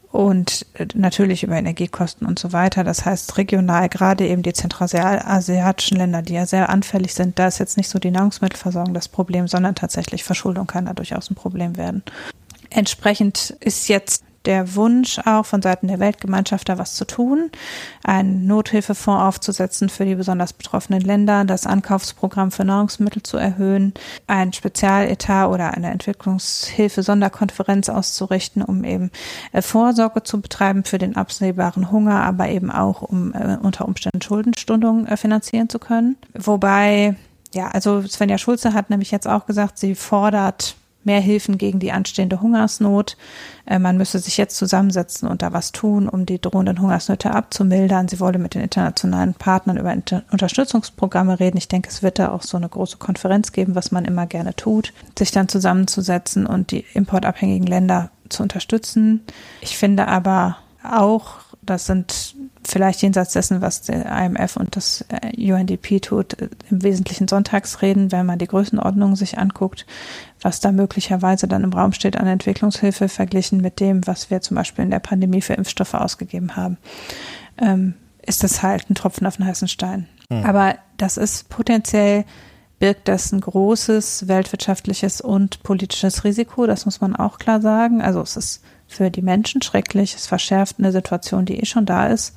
und natürlich über Energiekosten und so weiter. Das heißt, regional, gerade eben die zentralasiatischen Länder, die ja sehr anfällig sind, da ist jetzt nicht so die Nahrungsmittelversorgung das Problem, sondern tatsächlich Verschuldung kann da durchaus ein Problem werden. Entsprechend ist jetzt der Wunsch auch von Seiten der Weltgemeinschaft, da was zu tun, einen Nothilfefonds aufzusetzen für die besonders betroffenen Länder, das Ankaufsprogramm für Nahrungsmittel zu erhöhen, ein Spezialetat oder eine Entwicklungshilfe-Sonderkonferenz auszurichten, um eben Vorsorge zu betreiben für den absehbaren Hunger, aber eben auch, um unter Umständen Schuldenstundung finanzieren zu können. Wobei, ja, also Svenja Schulze hat nämlich jetzt auch gesagt, sie fordert mehr Hilfen gegen die anstehende Hungersnot. Man müsse sich jetzt zusammensetzen und da was tun, um die drohenden Hungersnöte abzumildern. Sie wolle mit den internationalen Partnern über Unterstützungsprogramme reden. Ich denke, es wird da auch so eine große Konferenz geben, was man immer gerne tut, sich dann zusammenzusetzen und die importabhängigen Länder zu unterstützen. Ich finde aber auch, das sind vielleicht jenseits dessen, was der IMF und das UNDP tut, im Wesentlichen Sonntagsreden, wenn man die Größenordnung sich anguckt, was da möglicherweise dann im Raum steht an Entwicklungshilfe verglichen mit dem, was wir zum Beispiel in der Pandemie für Impfstoffe ausgegeben haben, ist das halt ein Tropfen auf den heißen Stein. Aber das ist potenziell, birgt das ein großes weltwirtschaftliches und politisches Risiko, das muss man auch klar sagen. Also es ist für die Menschen schrecklich, es verschärft eine Situation, die schon da ist.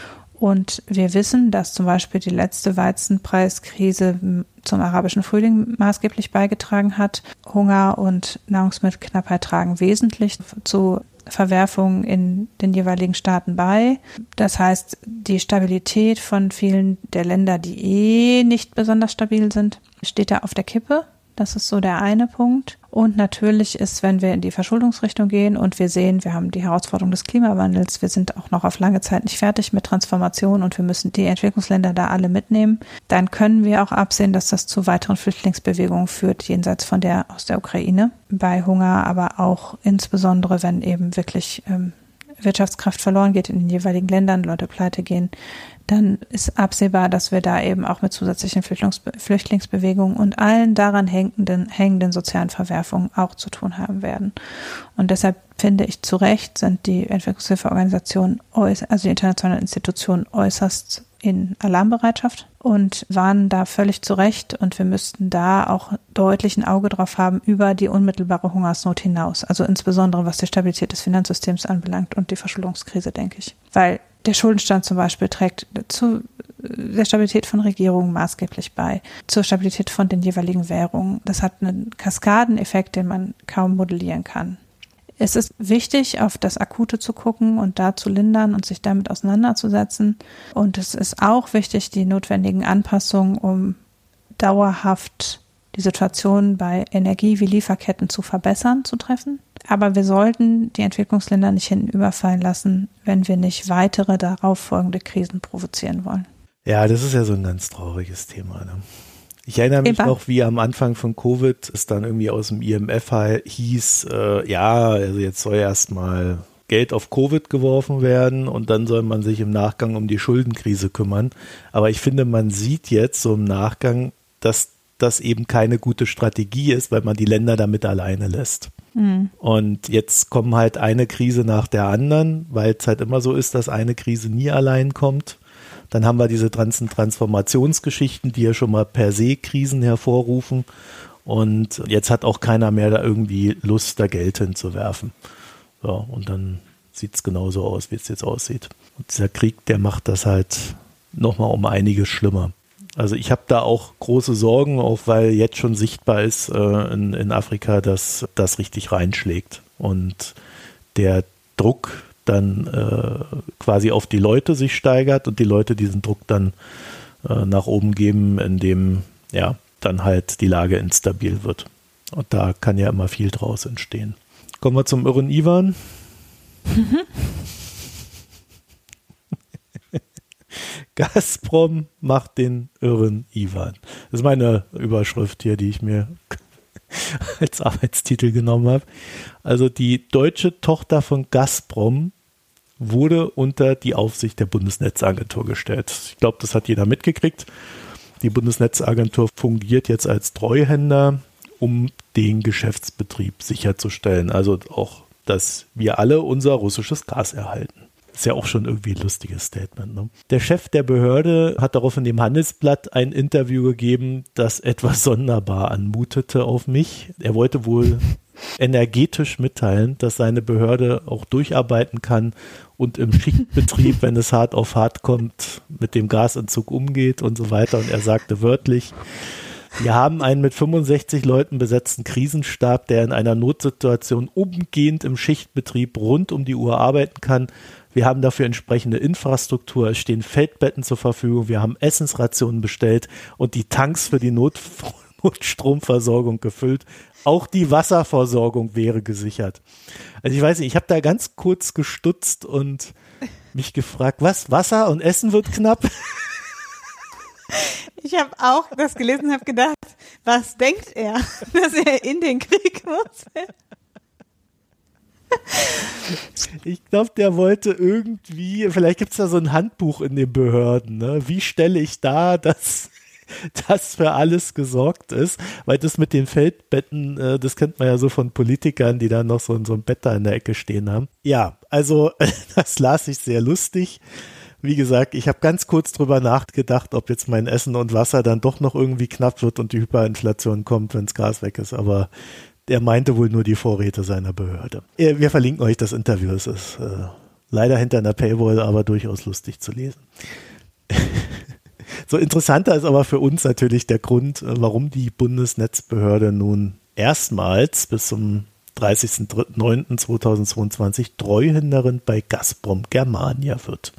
Und wir wissen, dass zum Beispiel die letzte Weizenpreiskrise zum arabischen Frühling maßgeblich beigetragen hat. Hunger und Nahrungsmittelknappheit tragen wesentlich zu Verwerfungen in den jeweiligen Staaten bei. Das heißt, die Stabilität von vielen der Länder, die nicht besonders stabil sind, steht da auf der Kippe. Das ist so der eine Punkt. Und natürlich ist, wenn wir in die Verschuldungsrichtung gehen und wir sehen, wir haben die Herausforderung des Klimawandels, wir sind auch noch auf lange Zeit nicht fertig mit Transformation und wir müssen die Entwicklungsländer da alle mitnehmen, dann können wir auch absehen, dass das zu weiteren Flüchtlingsbewegungen führt, jenseits von der aus der Ukraine, bei Hunger, aber auch insbesondere, wenn eben wirklich Wirtschaftskraft verloren geht in den jeweiligen Ländern, Leute pleite gehen, dann ist absehbar, dass wir da eben auch mit zusätzlichen Flüchtlingsbewegungen und allen daran hängenden sozialen Verwerfungen auch zu tun haben werden. Und deshalb finde ich zu Recht sind die Entwicklungshilfeorganisationen, also die internationalen Institutionen äußerst in Alarmbereitschaft und warnen da völlig zu Recht und wir müssten da auch deutlich ein Auge drauf haben über die unmittelbare Hungersnot hinaus. Also insbesondere was die Stabilität des Finanzsystems anbelangt und die Verschuldungskrise, denke ich. Weil der Schuldenstand zum Beispiel trägt zu der Stabilität von Regierungen maßgeblich bei, zur Stabilität von den jeweiligen Währungen. Das hat einen Kaskadeneffekt, den man kaum modellieren kann. Es ist wichtig, auf das Akute zu gucken und da zu lindern und sich damit auseinanderzusetzen. Und es ist auch wichtig, die notwendigen Anpassungen, um dauerhaft die Situation bei Energie wie Lieferketten zu verbessern, zu treffen. Aber wir sollten die Entwicklungsländer nicht hinüberfallen lassen, wenn wir nicht weitere darauf folgende Krisen provozieren wollen. Ja, das ist ja so ein ganz trauriges Thema, ne? Ich erinnere mich noch, wie am Anfang von Covid es dann irgendwie aus dem IMF hieß, also jetzt soll erstmal Geld auf Covid geworfen werden und dann soll man sich im Nachgang um die Schuldenkrise kümmern. Aber ich finde, man sieht jetzt so im Nachgang, dass das eben keine gute Strategie ist, weil man die Länder damit alleine lässt. Mhm. Und jetzt kommen halt eine Krise nach der anderen, weil es halt immer so ist, dass eine Krise nie allein kommt. Dann haben wir diese ganzen Transformationsgeschichten, die ja schon mal per se Krisen hervorrufen. Und jetzt hat auch keiner mehr da irgendwie Lust, da Geld hinzuwerfen. So, und dann sieht es genauso aus, wie es jetzt aussieht. Und dieser Krieg, der macht das halt nochmal um einiges schlimmer. Also ich habe da auch große Sorgen, auch weil jetzt schon sichtbar ist in Afrika, dass das richtig reinschlägt und der Druck dann quasi auf die Leute sich steigert und die Leute diesen Druck dann nach oben geben, indem ja dann halt die Lage instabil wird. Und da kann ja immer viel draus entstehen. Kommen wir zum irren Ivan. Gazprom macht den irren Ivan. Das ist meine Überschrift hier, die ich mir als Arbeitstitel genommen habe. Also die deutsche Tochter von Gazprom wurde unter die Aufsicht der Bundesnetzagentur gestellt. Ich glaube, das hat jeder mitgekriegt. Die Bundesnetzagentur fungiert jetzt als Treuhänder, um den Geschäftsbetrieb sicherzustellen. Also auch, dass wir alle unser russisches Gas erhalten. Ist ja auch schon irgendwie ein lustiges Statement. Ne? Der Chef der Behörde hat darauf in dem Handelsblatt ein Interview gegeben, das etwas sonderbar anmutete auf mich. Er wollte wohl energetisch mitteilen, dass seine Behörde auch durcharbeiten kann und im Schichtbetrieb, wenn es hart auf hart kommt, mit dem Gasentzug umgeht und so weiter. Und er sagte wörtlich: Wir haben einen mit 65 Leuten besetzten Krisenstab, der in einer Notsituation umgehend im Schichtbetrieb rund um die Uhr arbeiten kann. Wir haben dafür entsprechende Infrastruktur, es stehen Feldbetten zur Verfügung, wir haben Essensrationen bestellt und die Tanks für die Notstromversorgung gefüllt. Auch die Wasserversorgung wäre gesichert. Also ich weiß nicht, ich habe da ganz kurz gestutzt und mich gefragt, was, Wasser und Essen wird knapp? Ich habe auch das gelesen und habe gedacht, was denkt er, dass er in den Krieg muss? Ich glaube, der wollte irgendwie, vielleicht gibt es da so ein Handbuch in den Behörden, ne? Wie stelle ich dar, dass das für alles gesorgt ist? Weil das mit den Feldbetten, das kennt man ja so von Politikern, die da noch so ein Bett da in der Ecke stehen haben. Ja, also das las ich sehr lustig. Wie gesagt, ich habe ganz kurz drüber nachgedacht, ob jetzt mein Essen und Wasser dann doch noch irgendwie knapp wird und die Hyperinflation kommt, wenn das Gas weg ist, aber er meinte wohl nur die Vorräte seiner Behörde. Wir verlinken euch das Interview. Es ist leider hinter einer Paywall, aber durchaus lustig zu lesen. So interessanter ist aber für uns natürlich der Grund, warum die Bundesnetzbehörde nun erstmals bis zum 30.09.2022 Treuhänderin bei Gazprom Germania wird.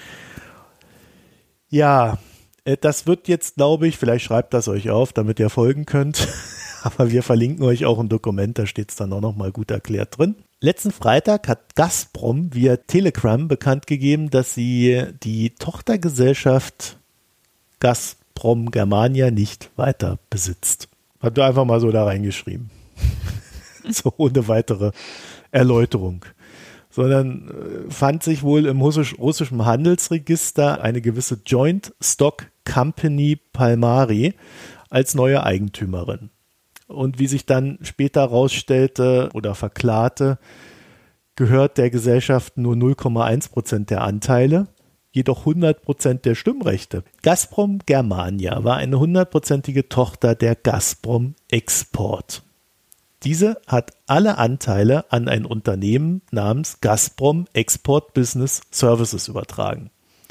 Ja, das wird jetzt, glaube ich, vielleicht schreibt das euch auf, damit ihr folgen könnt. Aber wir verlinken euch auch ein Dokument, da steht es dann auch noch mal gut erklärt drin. Letzten Freitag hat Gazprom via Telegram bekannt gegeben, dass sie die Tochtergesellschaft Gazprom Germania nicht weiter besitzt. Hat er einfach mal so da reingeschrieben. So ohne weitere Erläuterung. Sondern fand sich wohl im russischen Handelsregister eine gewisse Joint Stock Company Palmari als neue Eigentümerin. Und wie sich dann später herausstellte oder verklarte, gehört der Gesellschaft nur 0,1% der Anteile, jedoch 100% der Stimmrechte. Gazprom Germania war eine 100%ige Tochter der Gazprom Export. Diese hat alle Anteile an ein Unternehmen namens Gazprom Export Business Services übertragen.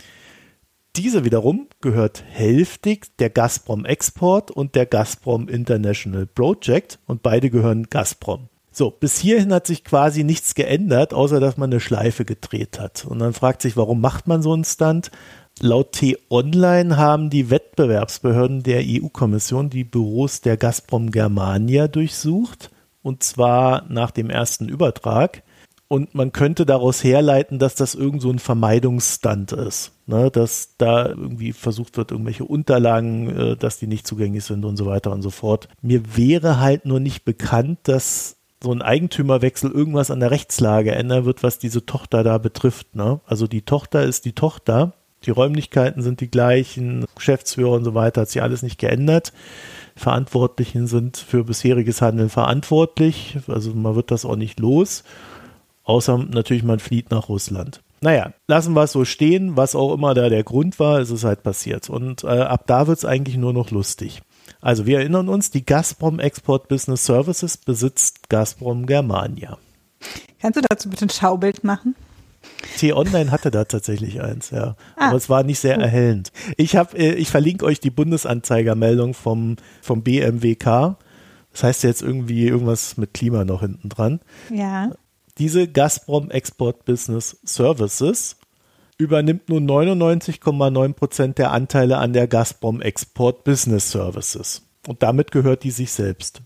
Diese wiederum gehört hälftig der Gazprom Export und der Gazprom International Project und beide gehören Gazprom. So, bis hierhin hat sich quasi nichts geändert, außer dass man eine Schleife gedreht hat. Und dann fragt sich, warum macht man so einen Stunt? Laut T-Online haben die Wettbewerbsbehörden der EU-Kommission die Büros der Gazprom Germania durchsucht, und zwar nach dem ersten Übertrag. Und man könnte daraus herleiten, dass das irgend so ein Vermeidungsstunt ist, ne? Dass da irgendwie versucht wird, irgendwelche Unterlagen, dass die nicht zugänglich sind und so weiter und so fort. Mir wäre halt nur nicht bekannt, dass so ein Eigentümerwechsel irgendwas an der Rechtslage ändern wird, was diese Tochter da betrifft, ne? Also die Tochter ist die Tochter, die Räumlichkeiten sind die gleichen, Geschäftsführer und so weiter, hat sich alles nicht geändert. Verantwortlichen sind für bisheriges Handeln verantwortlich, also man wird das auch nicht los. Außer natürlich, man flieht nach Russland. Naja, lassen wir es so stehen, was auch immer da der Grund war, ist es halt passiert. Und ab da wird es eigentlich nur noch lustig. Also wir erinnern uns, die Gazprom Export Business Services besitzt Gazprom Germania. Kannst du dazu bitte ein Schaubild machen? T-Online hatte da tatsächlich eins, ja. Aber es war nicht sehr erhellend. Ich verlinke euch die Bundesanzeigermeldung vom BMWK. Das heißt jetzt irgendwie irgendwas mit Klima noch hinten dran. Ja. Diese Gazprom Export Business Services übernimmt nun 99,9% der Anteile an der Gazprom Export Business Services. Und damit gehört die sich selbst.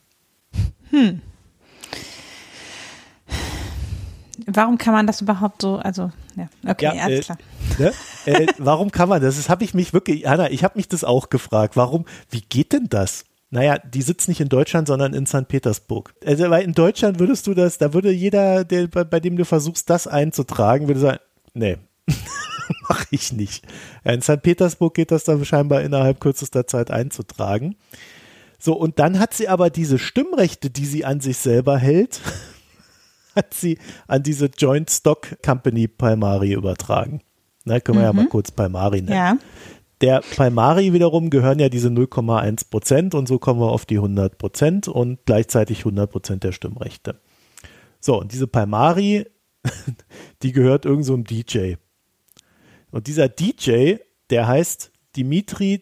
Warum kann man das überhaupt so, also, ja, okay, ja, alles klar. Ne? Warum kann man das? Das habe ich mich wirklich, Hanna, ich habe mich das auch gefragt. Wie geht denn das? Naja, die sitzt nicht in Deutschland, sondern in St. Petersburg. Also, weil in Deutschland würdest du das, da würde jeder, bei dem du versuchst, das einzutragen, würde sagen, nee, mache ich nicht. Ja, in St. Petersburg geht das dann scheinbar innerhalb kürzester Zeit einzutragen. So, und dann hat sie aber diese Stimmrechte, die sie an sich selber hält, hat sie an diese Joint Stock Company Palmari übertragen. Na, können wir ja mal kurz Palmari nennen. Ja. Der Palmari wiederum gehören ja diese 0,1% und so kommen wir auf die 100% und gleichzeitig 100% der Stimmrechte. So, und diese Palmari, die gehört irgend so einem DJ. Und dieser DJ, der heißt Dmitri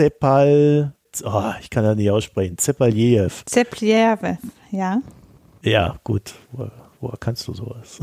ich kann das nicht aussprechen, Zepaljew, ja. Ja, gut. Woher kannst du sowas?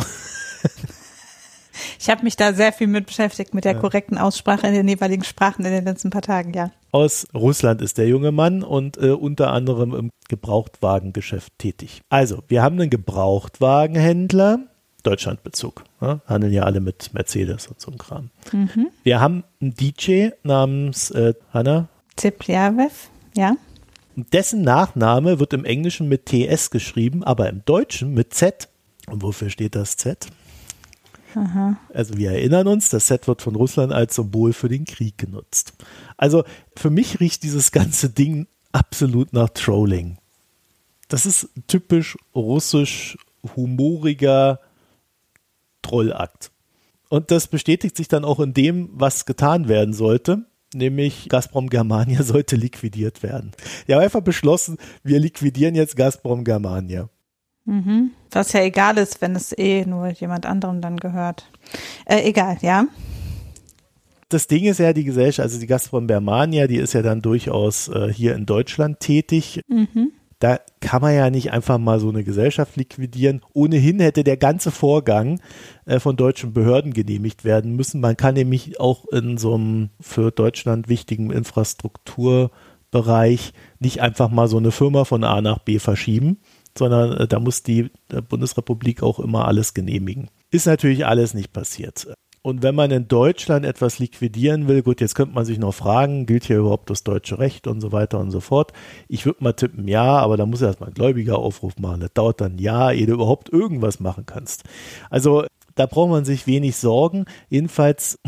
Ich habe mich da sehr viel mit beschäftigt, mit der korrekten Aussprache in den jeweiligen Sprachen in den letzten paar Tagen, ja. Aus Russland ist der junge Mann und unter anderem im Gebrauchtwagengeschäft tätig. Also, wir haben einen Gebrauchtwagenhändler, Deutschlandbezug, ne? Handeln ja alle mit Mercedes und so einem Kram. Wir haben einen DJ namens Hanna Zepaljew, ja. Dessen Nachname wird im Englischen mit TS geschrieben, aber im Deutschen mit Z. Und wofür steht das Z? Aha. Also wir erinnern uns, das Z wird von Russland als Symbol für den Krieg genutzt. Also für mich riecht dieses ganze Ding absolut nach Trolling. Das ist typisch russisch humoriger Trollakt. Und das bestätigt sich dann auch in dem, was getan werden sollte, nämlich Gazprom Germania sollte liquidiert werden. Die haben einfach beschlossen, wir liquidieren jetzt Gazprom Germania. Was ja egal ist, wenn es nur jemand anderem dann gehört. Egal, ja. Das Ding ist ja, die Gesellschaft, also die Gazprom Germania, die ist ja dann durchaus hier in Deutschland tätig. Da kann man ja nicht einfach mal so eine Gesellschaft liquidieren. Ohnehin hätte der ganze Vorgang von deutschen Behörden genehmigt werden müssen. Man kann nämlich auch in so einem für Deutschland wichtigen Infrastrukturbereich nicht einfach mal so eine Firma von A nach B verschieben, sondern da muss die Bundesrepublik auch immer alles genehmigen. Ist natürlich alles nicht passiert. Und wenn man in Deutschland etwas liquidieren will, gut, jetzt könnte man sich noch fragen, gilt hier überhaupt das deutsche Recht und so weiter und so fort. Ich würde mal tippen, ja, aber da muss erstmal ein Gläubigeraufruf machen. Das dauert dann ein Jahr, ehe du überhaupt irgendwas machen kannst. Also da braucht man sich wenig Sorgen. Jedenfalls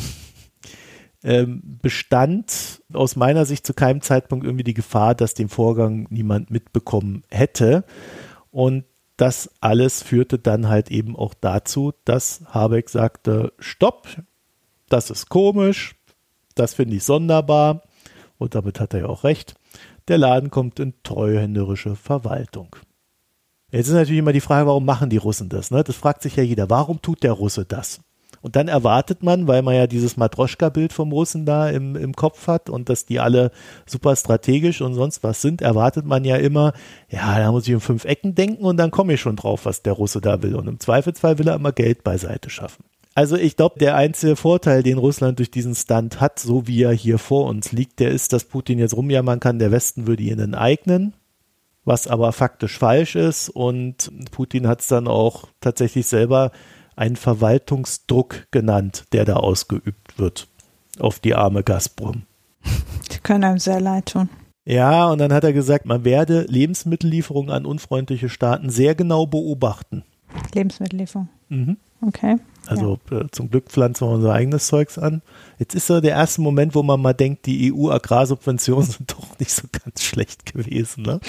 bestand aus meiner Sicht zu keinem Zeitpunkt irgendwie die Gefahr, dass den Vorgang niemand mitbekommen hätte. Und das alles führte dann halt eben auch dazu, dass Habeck sagte, stopp, das ist komisch, das finde ich sonderbar und damit hat er ja auch recht. Der Laden kommt in treuhänderische Verwaltung. Jetzt ist natürlich immer die Frage, warum machen die Russen das? Ne? Das fragt sich ja jeder, warum tut der Russe das? Und dann erwartet man, weil man ja dieses Matroschka-Bild vom Russen da im Kopf hat und dass die alle super strategisch und sonst was sind, erwartet man ja immer, ja, da muss ich um 5 Ecken denken und dann komme ich schon drauf, was der Russe da will. Und im Zweifelsfall will er immer Geld beiseite schaffen. Also ich glaube, der einzige Vorteil, den Russland durch diesen Stunt hat, so wie er hier vor uns liegt, der ist, dass Putin jetzt rumjammern kann, der Westen würde ihn enteignen, was aber faktisch falsch ist. Und Putin hat es dann auch tatsächlich selber einen Verwaltungsdruck genannt, der da ausgeübt wird auf die arme Gazprom. Die können einem sehr leid tun. Ja, und dann hat er gesagt, man werde Lebensmittellieferungen an unfreundliche Staaten sehr genau beobachten. Lebensmittellieferung? Okay. Also zum Glück pflanzen wir unser eigenes Zeugs an. Jetzt ist so der erste Moment, wo man mal denkt, die EU-Agrarsubventionen sind doch nicht so ganz schlecht gewesen, ne?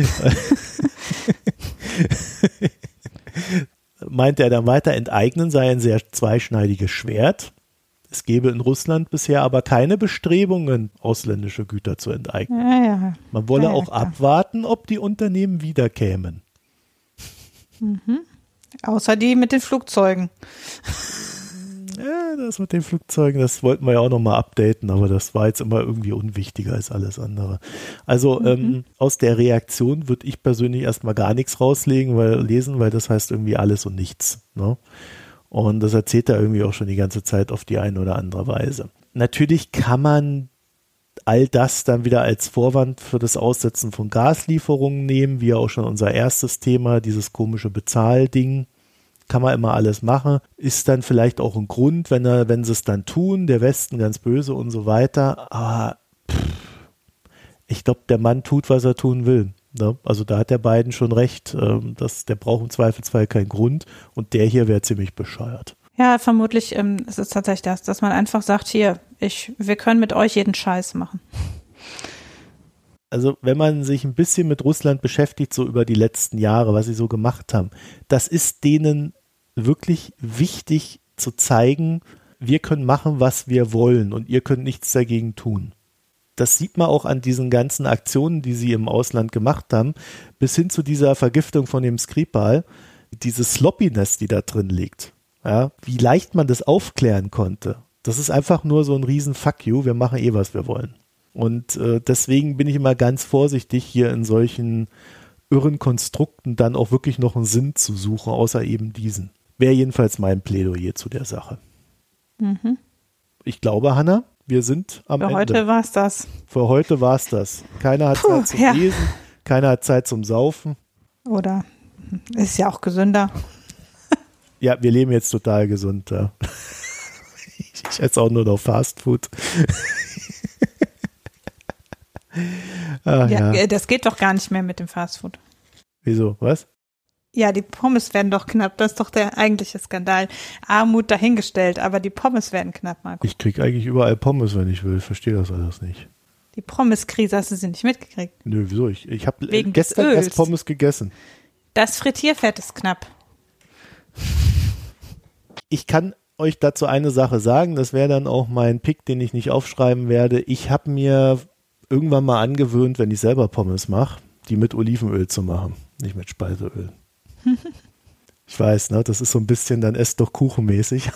Meint er dann weiter, enteignen sei ein sehr zweischneidiges Schwert. Es gebe in Russland bisher aber keine Bestrebungen, ausländische Güter zu enteignen. Ja. Man wolle auch abwarten, ob die Unternehmen wiederkämen. Außer die mit den Flugzeugen. Ja, das mit den Flugzeugen, das wollten wir ja auch nochmal updaten, aber das war jetzt immer irgendwie unwichtiger als alles andere. Also aus der Reaktion würde ich persönlich erstmal gar nichts rauslesen, weil das heißt irgendwie alles und nichts. Ne? Und das erzählt er irgendwie auch schon die ganze Zeit auf die eine oder andere Weise. Natürlich kann man all das dann wieder als Vorwand für das Aussetzen von Gaslieferungen nehmen, wie auch schon unser erstes Thema, dieses komische Bezahlding. Kann man immer alles machen, ist dann vielleicht auch ein Grund, wenn sie es dann tun, der Westen ganz böse und so weiter, aber ich glaube, der Mann tut, was er tun will. Ne? Also da hat der Biden schon recht, der braucht im Zweifelsfall keinen Grund und der hier wäre ziemlich bescheuert. Ja, vermutlich ist es tatsächlich das, dass man einfach sagt, hier, wir können mit euch jeden Scheiß machen. Also wenn man sich ein bisschen mit Russland beschäftigt, so über die letzten Jahre, was sie so gemacht haben, das ist denen wirklich wichtig zu zeigen, wir können machen, was wir wollen und ihr könnt nichts dagegen tun. Das sieht man auch an diesen ganzen Aktionen, die sie im Ausland gemacht haben, bis hin zu dieser Vergiftung von dem Skripal, diese Sloppiness, die da drin liegt. Ja, wie leicht man das aufklären konnte. Das ist einfach nur so ein riesen Fuck you, wir machen was wir wollen. Und deswegen bin ich immer ganz vorsichtig, hier in solchen irren Konstrukten dann auch wirklich noch einen Sinn zu suchen, außer eben diesen. Wäre jedenfalls mein Plädoyer zu der Sache. Mhm. Ich glaube, Hanna, wir sind am Ende. Für heute war es das. Für heute war es das. Keiner hat Zeit zum Lesen, keiner hat Zeit zum Saufen. Oder ist ja auch gesünder. Ja, wir leben jetzt total gesund. Ja. Ich esse auch nur noch Fast Food. Ja, das geht doch gar nicht mehr mit dem Fastfood. Wieso? Was? Ja, die Pommes werden doch knapp. Das ist doch der eigentliche Skandal. Armut dahingestellt, aber die Pommes werden knapp, Marco. Ich kriege eigentlich überall Pommes, wenn ich will. Verstehe das alles nicht. Die Pommes-Krise hast du sie nicht mitgekriegt? Nö, wieso? Ich habe gestern erst Pommes gegessen. Das Frittierfett ist knapp. Ich kann euch dazu eine Sache sagen. Das wäre dann auch mein Pick, den ich nicht aufschreiben werde. Ich habe mir irgendwann mal angewöhnt, wenn ich selber Pommes mache, die mit Olivenöl zu machen, nicht mit Speiseöl. Ich weiß, ne, das ist so ein bisschen dann esst doch kuchenmäßig.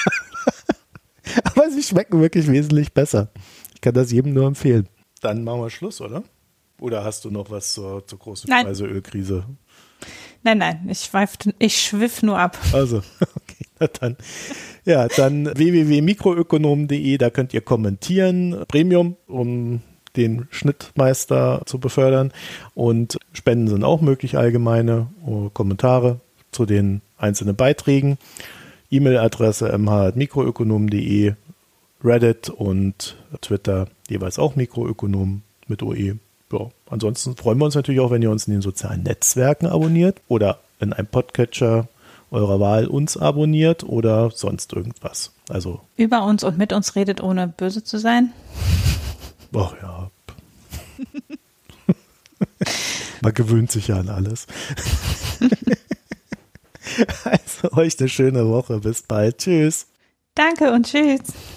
Aber sie schmecken wirklich wesentlich besser. Ich kann das jedem nur empfehlen. Dann machen wir Schluss, oder? Oder hast du noch was zur großen Speiseölkrise? Nein, ich schwiff nur ab. Also, okay, na dann. Ja, dann www.mikroökonom.de, da könnt ihr kommentieren, Premium, um den Schnittmeister zu befördern, und Spenden sind auch möglich, allgemeine Kommentare zu den einzelnen Beiträgen, E-Mail-Adresse mh@mikroökonom.de, Reddit und Twitter jeweils auch Mikroökonom mit OE. Ja, ansonsten freuen wir uns natürlich auch, wenn ihr uns in den sozialen Netzwerken abonniert oder in einem Podcatcher eurer Wahl uns abonniert oder sonst irgendwas. Also über uns und mit uns redet, ohne böse zu sein. Ach ja. Man gewöhnt sich ja an alles. Also euch eine schöne Woche. Bis bald. Tschüss. Danke und tschüss.